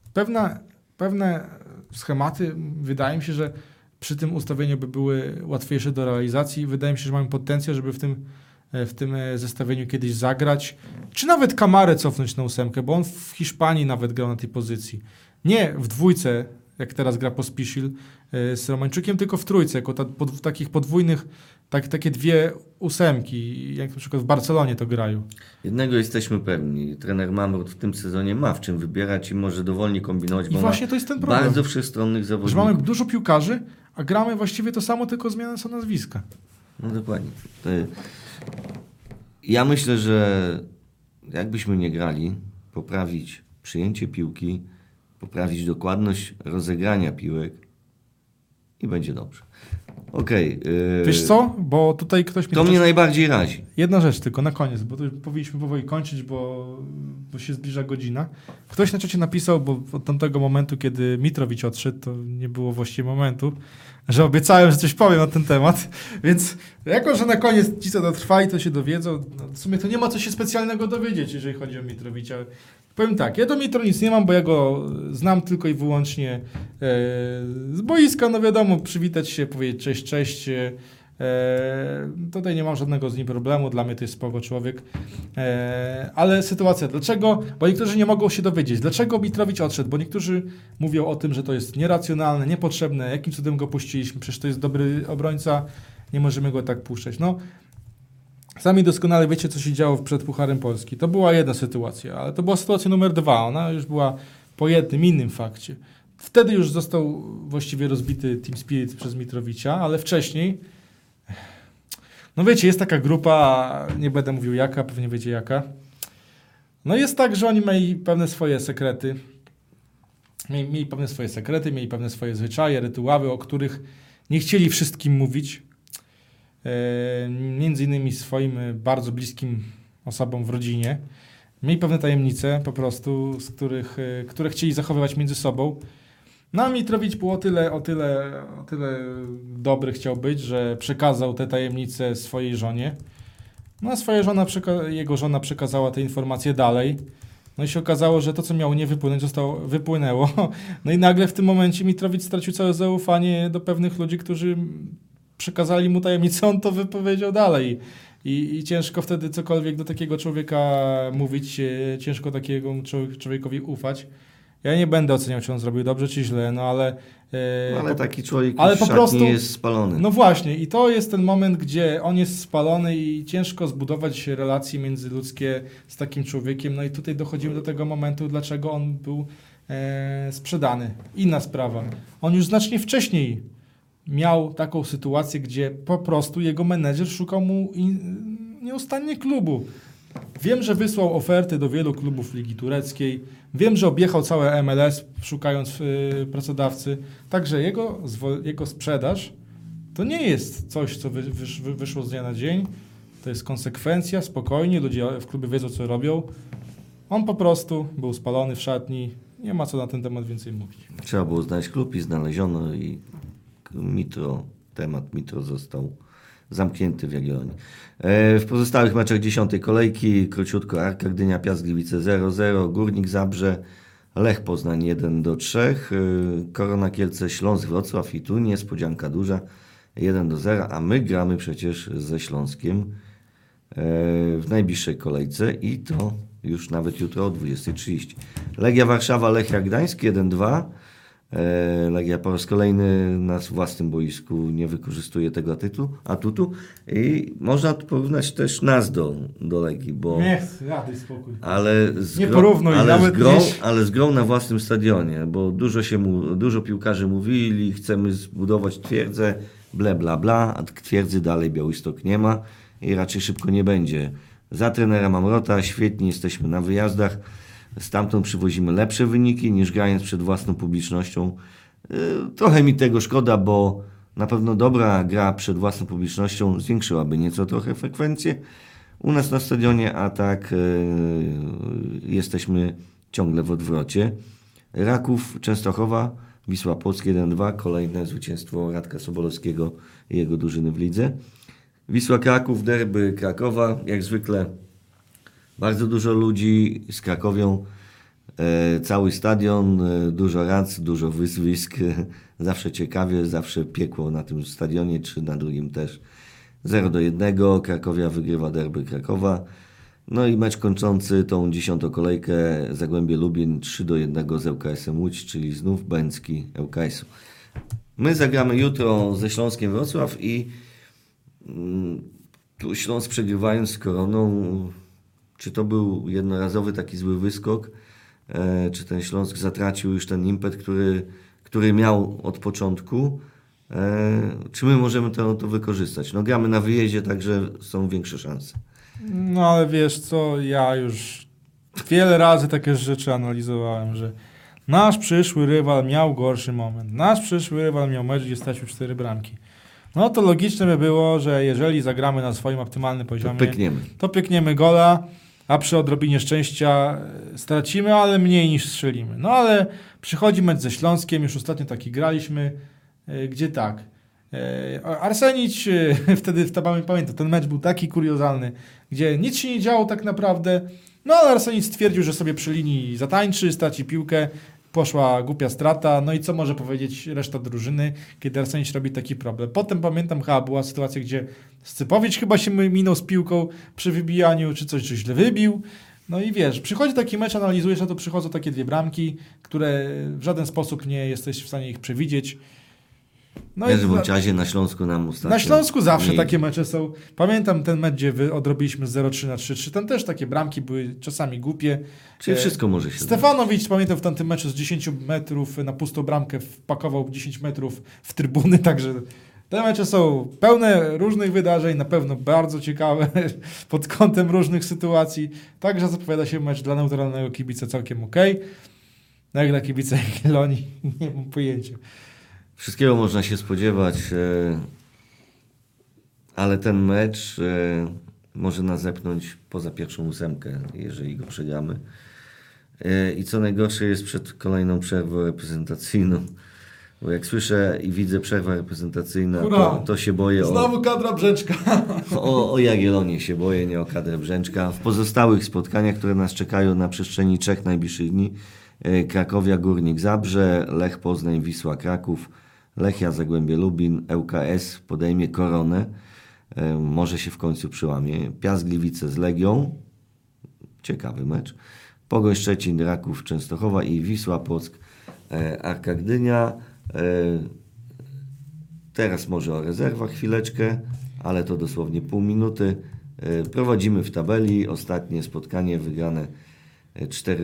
Pewne schematy, wydaje mi się, że przy tym ustawieniu by były łatwiejsze do realizacji. Wydaje mi się, że mamy potencjał, żeby w tym zestawieniu kiedyś zagrać. Czy nawet Kamarę cofnąć na 8, bo on w Hiszpanii nawet grał na tej pozycji. Nie w dwójce, jak teraz gra Pospisil z Romańczukiem, tylko w trójce, jako takich podwójnych, takie 2 8, jak na przykład w Barcelonie to grają.
Jednego jesteśmy pewni. Trener Mamrot w tym sezonie ma w czym wybierać i może dowolnie kombinować, bo
właśnie to jest ten problem.
Bardzo wszechstronnych zawodników.
Że mamy dużo piłkarzy, a gramy właściwie to samo, tylko zmiany są nazwiska.
No dokładnie. Ja myślę, że jakbyśmy nie grali, poprawić przyjęcie piłki, poprawić dokładność rozegrania piłek i będzie dobrze. Okej.
Wiesz co? Bo tutaj ktoś
To mnie najbardziej razi.
Jedna rzecz tylko na koniec, bo to powinniśmy powoli kończyć, bo się zbliża godzina. Ktoś na czacie napisał, bo od tamtego momentu, kiedy Mitrowicz odszedł, to nie było właściwie momentu, że obiecałem, że coś powiem na ten temat, więc jako, że na koniec ci, co dotrwali, to się dowiedzą, no w sumie to nie ma co się specjalnego dowiedzieć, jeżeli chodzi o Mitrowicza. Powiem tak, ja do Mitro nic nie mam, bo ja go znam tylko i wyłącznie z boiska, no wiadomo, przywitać się, powiedzieć cześć. Tutaj nie mam żadnego z nim problemu, dla mnie to jest spoko człowiek. Ale sytuacja, dlaczego? Bo niektórzy nie mogą się dowiedzieć, dlaczego Mitrowicz odszedł, bo niektórzy mówią o tym, że to jest nieracjonalne, niepotrzebne, jakim cudem go puściliśmy, przecież to jest dobry obrońca, nie możemy go tak puszczać. No, sami doskonale wiecie, co się działo przed Pucharem Polski. To była jedna sytuacja, ale to była sytuacja numer 2. Ona już była po jednym innym fakcie. Wtedy już został właściwie rozbity Team Spirit przez Mitrowicza, ale wcześniej, no wiecie, jest taka grupa, nie będę mówił jaka, pewnie wiecie jaka. No jest tak, że oni mieli pewne swoje sekrety. Mieli pewne swoje zwyczaje, rytuały, o których nie chcieli wszystkim mówić. Między innymi swoim bardzo bliskim osobom w rodzinie. Mieli pewne tajemnice po prostu, które chcieli zachowywać między sobą. No a Mitrowicz był o tyle dobry chciał być, że przekazał te tajemnice swojej żonie. No a jego żona przekazała te informacje dalej. No i się okazało, że to, co miało nie wypłynąć, wypłynęło. No i nagle w tym momencie Mitrowicz stracił całe zaufanie do pewnych ludzi, którzy przekazali mu tajemnicę, on to wypowiedział dalej. I ciężko wtedy cokolwiek do takiego człowieka mówić, ciężko takiego człowiekowi ufać. Ja nie będę oceniał, czy on zrobił dobrze, czy źle, no ale...
ale taki człowiek
ale
po prostu jest spalony.
No właśnie, i to jest ten moment, gdzie on jest spalony i ciężko zbudować relacje międzyludzkie z takim człowiekiem. No i tutaj dochodzimy do tego momentu, dlaczego on był sprzedany. Inna sprawa. On już znacznie wcześniej miał taką sytuację, gdzie po prostu jego menedżer szukał mu nieustannie klubu. Wiem, że wysłał oferty do wielu klubów Ligi Tureckiej. Wiem, że objechał całe MLS szukając pracodawcy. Także jego sprzedaż to nie jest coś, co wyszło z dnia na dzień. To jest konsekwencja, spokojnie. Ludzie w klubie wiedzą, co robią. On po prostu był spalony w szatni. Nie ma co na ten temat więcej mówić.
Trzeba było znaleźć klub i znaleziono i temat Mitro został zamknięty w Jagiellonii. W pozostałych meczach 10. kolejki króciutko Arka Gdynia, Piast Gliwice 0-0, Górnik Zabrze, Lech Poznań 1-3, Korona Kielce, Śląsk Wrocław i tu niespodzianka duża 1-0, a my gramy przecież ze Śląskiem w najbliższej kolejce i to już nawet jutro o 20:30. Legia Warszawa, Lechia Gdańsk 1-2. Legia po raz kolejny na własnym boisku nie wykorzystuje tego atutu i można porównać też nas do Legii, bo
Nie, daj spokój.
nie porównuj, ale z grą na własnym stadionie, bo dużo piłkarzy mówili, chcemy zbudować twierdzę, bla bla bla, a twierdzy dalej Białystok nie ma i raczej szybko nie będzie. Za trenera Mamrota świetnie jesteśmy na wyjazdach. Stamtąd przywozimy lepsze wyniki niż grając przed własną publicznością. Trochę mi tego szkoda, bo na pewno dobra gra przed własną publicznością zwiększyłaby nieco trochę frekwencję u nas na stadionie, a tak jesteśmy ciągle w odwrocie. Raków Częstochowa, Wisła Płock 1-2, kolejne zwycięstwo Radka Sobolewskiego i jego drużyny w lidze. Wisła Kraków, derby Krakowa, jak zwykle bardzo dużo ludzi z Krakowią, cały stadion, dużo rac, dużo wyzwisk, zawsze ciekawie, zawsze piekło na tym stadionie, czy na drugim też. 0-1, Krakowia wygrywa derby Krakowa. No i mecz kończący tą 10. kolejkę Zagłębie Lubin 3-1 z ŁKS-em Łódź, czyli znów Bęcki ŁKS-u. My zagramy jutro ze Śląskiem Wrocław i tu Śląsk przegrywając z Koroną, czy to był jednorazowy taki zły wyskok, czy ten Śląsk zatracił już ten impet, który miał od początku, czy my możemy to wykorzystać? No gramy na wyjeździe, także są większe szanse.
No ale wiesz co, ja już wiele razy takie rzeczy analizowałem, że nasz przyszły rywal miał gorszy moment. Nasz przyszły rywal miał mecz, gdzie stracił 4 bramki. No to logiczne by było, że jeżeli zagramy na swoim optymalnym poziomie, to pykniemy gola, a przy odrobinie szczęścia stracimy, ale mniej niż strzelimy. No ale przychodzi mecz ze Śląskiem, już ostatnio taki graliśmy, gdzie tak. Arsenić, wtedy pamiętam, ten mecz był taki kuriozalny, gdzie nic się nie działo tak naprawdę, no ale Arsenić stwierdził, że sobie przy linii zatańczy, straci piłkę, poszła głupia strata, no i co może powiedzieć reszta drużyny, kiedy Arsenić robi taki problem. Potem pamiętam, była sytuacja, gdzie Scypowicz chyba się minął z piłką przy wybijaniu, czy coś źle wybił. No i wiesz, przychodzi taki mecz, analizujesz, a to przychodzą takie 2 bramki, które w żaden sposób nie jesteś w stanie ich przewidzieć. No
bądź razie na Śląsku nam ostatnio.
Na Śląsku zawsze takie mecze są. Pamiętam ten mecz, gdzie odrobiliśmy z 0-3 na 3-3. Tam też takie bramki były czasami głupie.
Czyli wszystko może się
Stefanowicz, pamiętam w tamtym meczu z 10 metrów na pustą bramkę wpakował 10 metrów w trybuny, także te mecze są pełne różnych wydarzeń, na pewno bardzo ciekawe pod kątem różnych sytuacji. Także zapowiada się mecz dla neutralnego kibica całkiem okej. No jak dla kibica Jagiellonii, nie mam pojęcia.
Wszystkiego można się spodziewać, ale ten mecz może nas zepchnąć poza pierwszą 8, jeżeli go przegramy. I co najgorsze jest przed kolejną przerwą reprezentacyjną. Bo jak słyszę i widzę przerwę reprezentacyjną, to się boję
Znowu kadra Brzęczka.
O Jagiellonię się boję, nie o kadrę Brzęczka. W pozostałych spotkaniach, które nas czekają na przestrzeni 3 najbliższych dni, Krakowia, Górnik Zabrze, Lech Poznań, Wisła Kraków, Lechia, Zagłębie Lubin, ŁKS podejmie Koronę, może się w końcu przyłamie. Piast Gliwice z Legią, ciekawy mecz. Pogoń Szczecin, Raków, Częstochowa i Wisła Płock, Arka Gdynia. Teraz może o rezerwach chwileczkę, ale to dosłownie pół minuty. Prowadzimy w tabeli, ostatnie spotkanie wygrane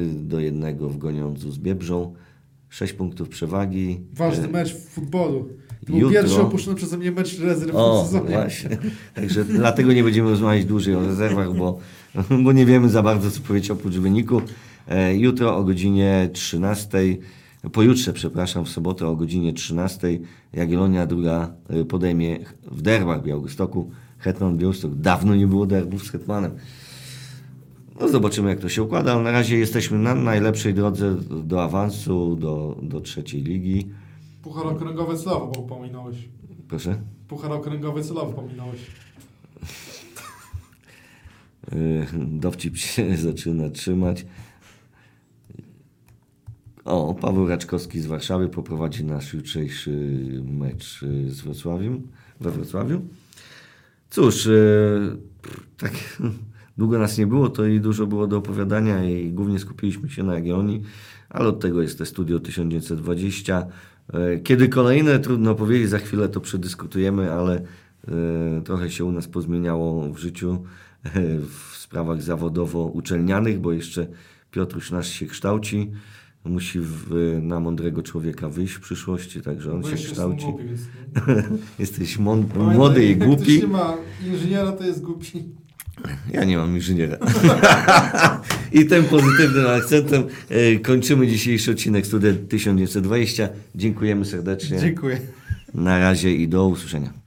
4-1 w Goniądzu z Biebrzą. 6 punktów przewagi.
Ważny mecz w futbolu.
To był pierwszy opuszczony przeze mnie mecz rezerw w sezonie.
Właśnie. Także dlatego nie będziemy rozmawiać dłużej o rezerwach, bo nie wiemy za bardzo, co powiedzieć oprócz wyniku. Jutro o godzinie 13, pojutrze, przepraszam, w sobotę o godzinie 13 Jagiellonia druga podejmie w derbach w Białegostoku Hetman Białystok. Dawno nie było derbów z Hetmanem. No zobaczymy, jak to się układa. Na razie jesteśmy na najlepszej drodze do awansu, do trzeciej ligi.
Puchar okręgowy celowo, bo pominąłeś.
Proszę?
Puchar okręgowy celowo pominąłeś.
Dowcip się zaczyna trzymać. Paweł Raczkowski z Warszawy poprowadzi nasz jutrzejszy mecz z Wrocławiem, we Wrocławiu. Cóż, tak długo nas nie było, to i dużo było do opowiadania i głównie skupiliśmy się na Jagiellonii, ale od tego jest to Studio 1920. Kiedy kolejne, trudno powiedzieć, za chwilę to przedyskutujemy, ale trochę się u nas pozmieniało w życiu w sprawach zawodowo-uczelnianych, bo jeszcze Piotruś nasz się kształci. Musi na mądrego człowieka wyjść w przyszłości, także on się kształci.
Głupi, więc...
Jesteś młody i głupi.
Jak ktoś nie ma inżyniera, to jest głupi.
Ja nie mam inżyniera. I tym pozytywnym akcentem kończymy dzisiejszy odcinek Studia 1920. Dziękujemy serdecznie.
Dziękuję.
Na razie i do usłyszenia.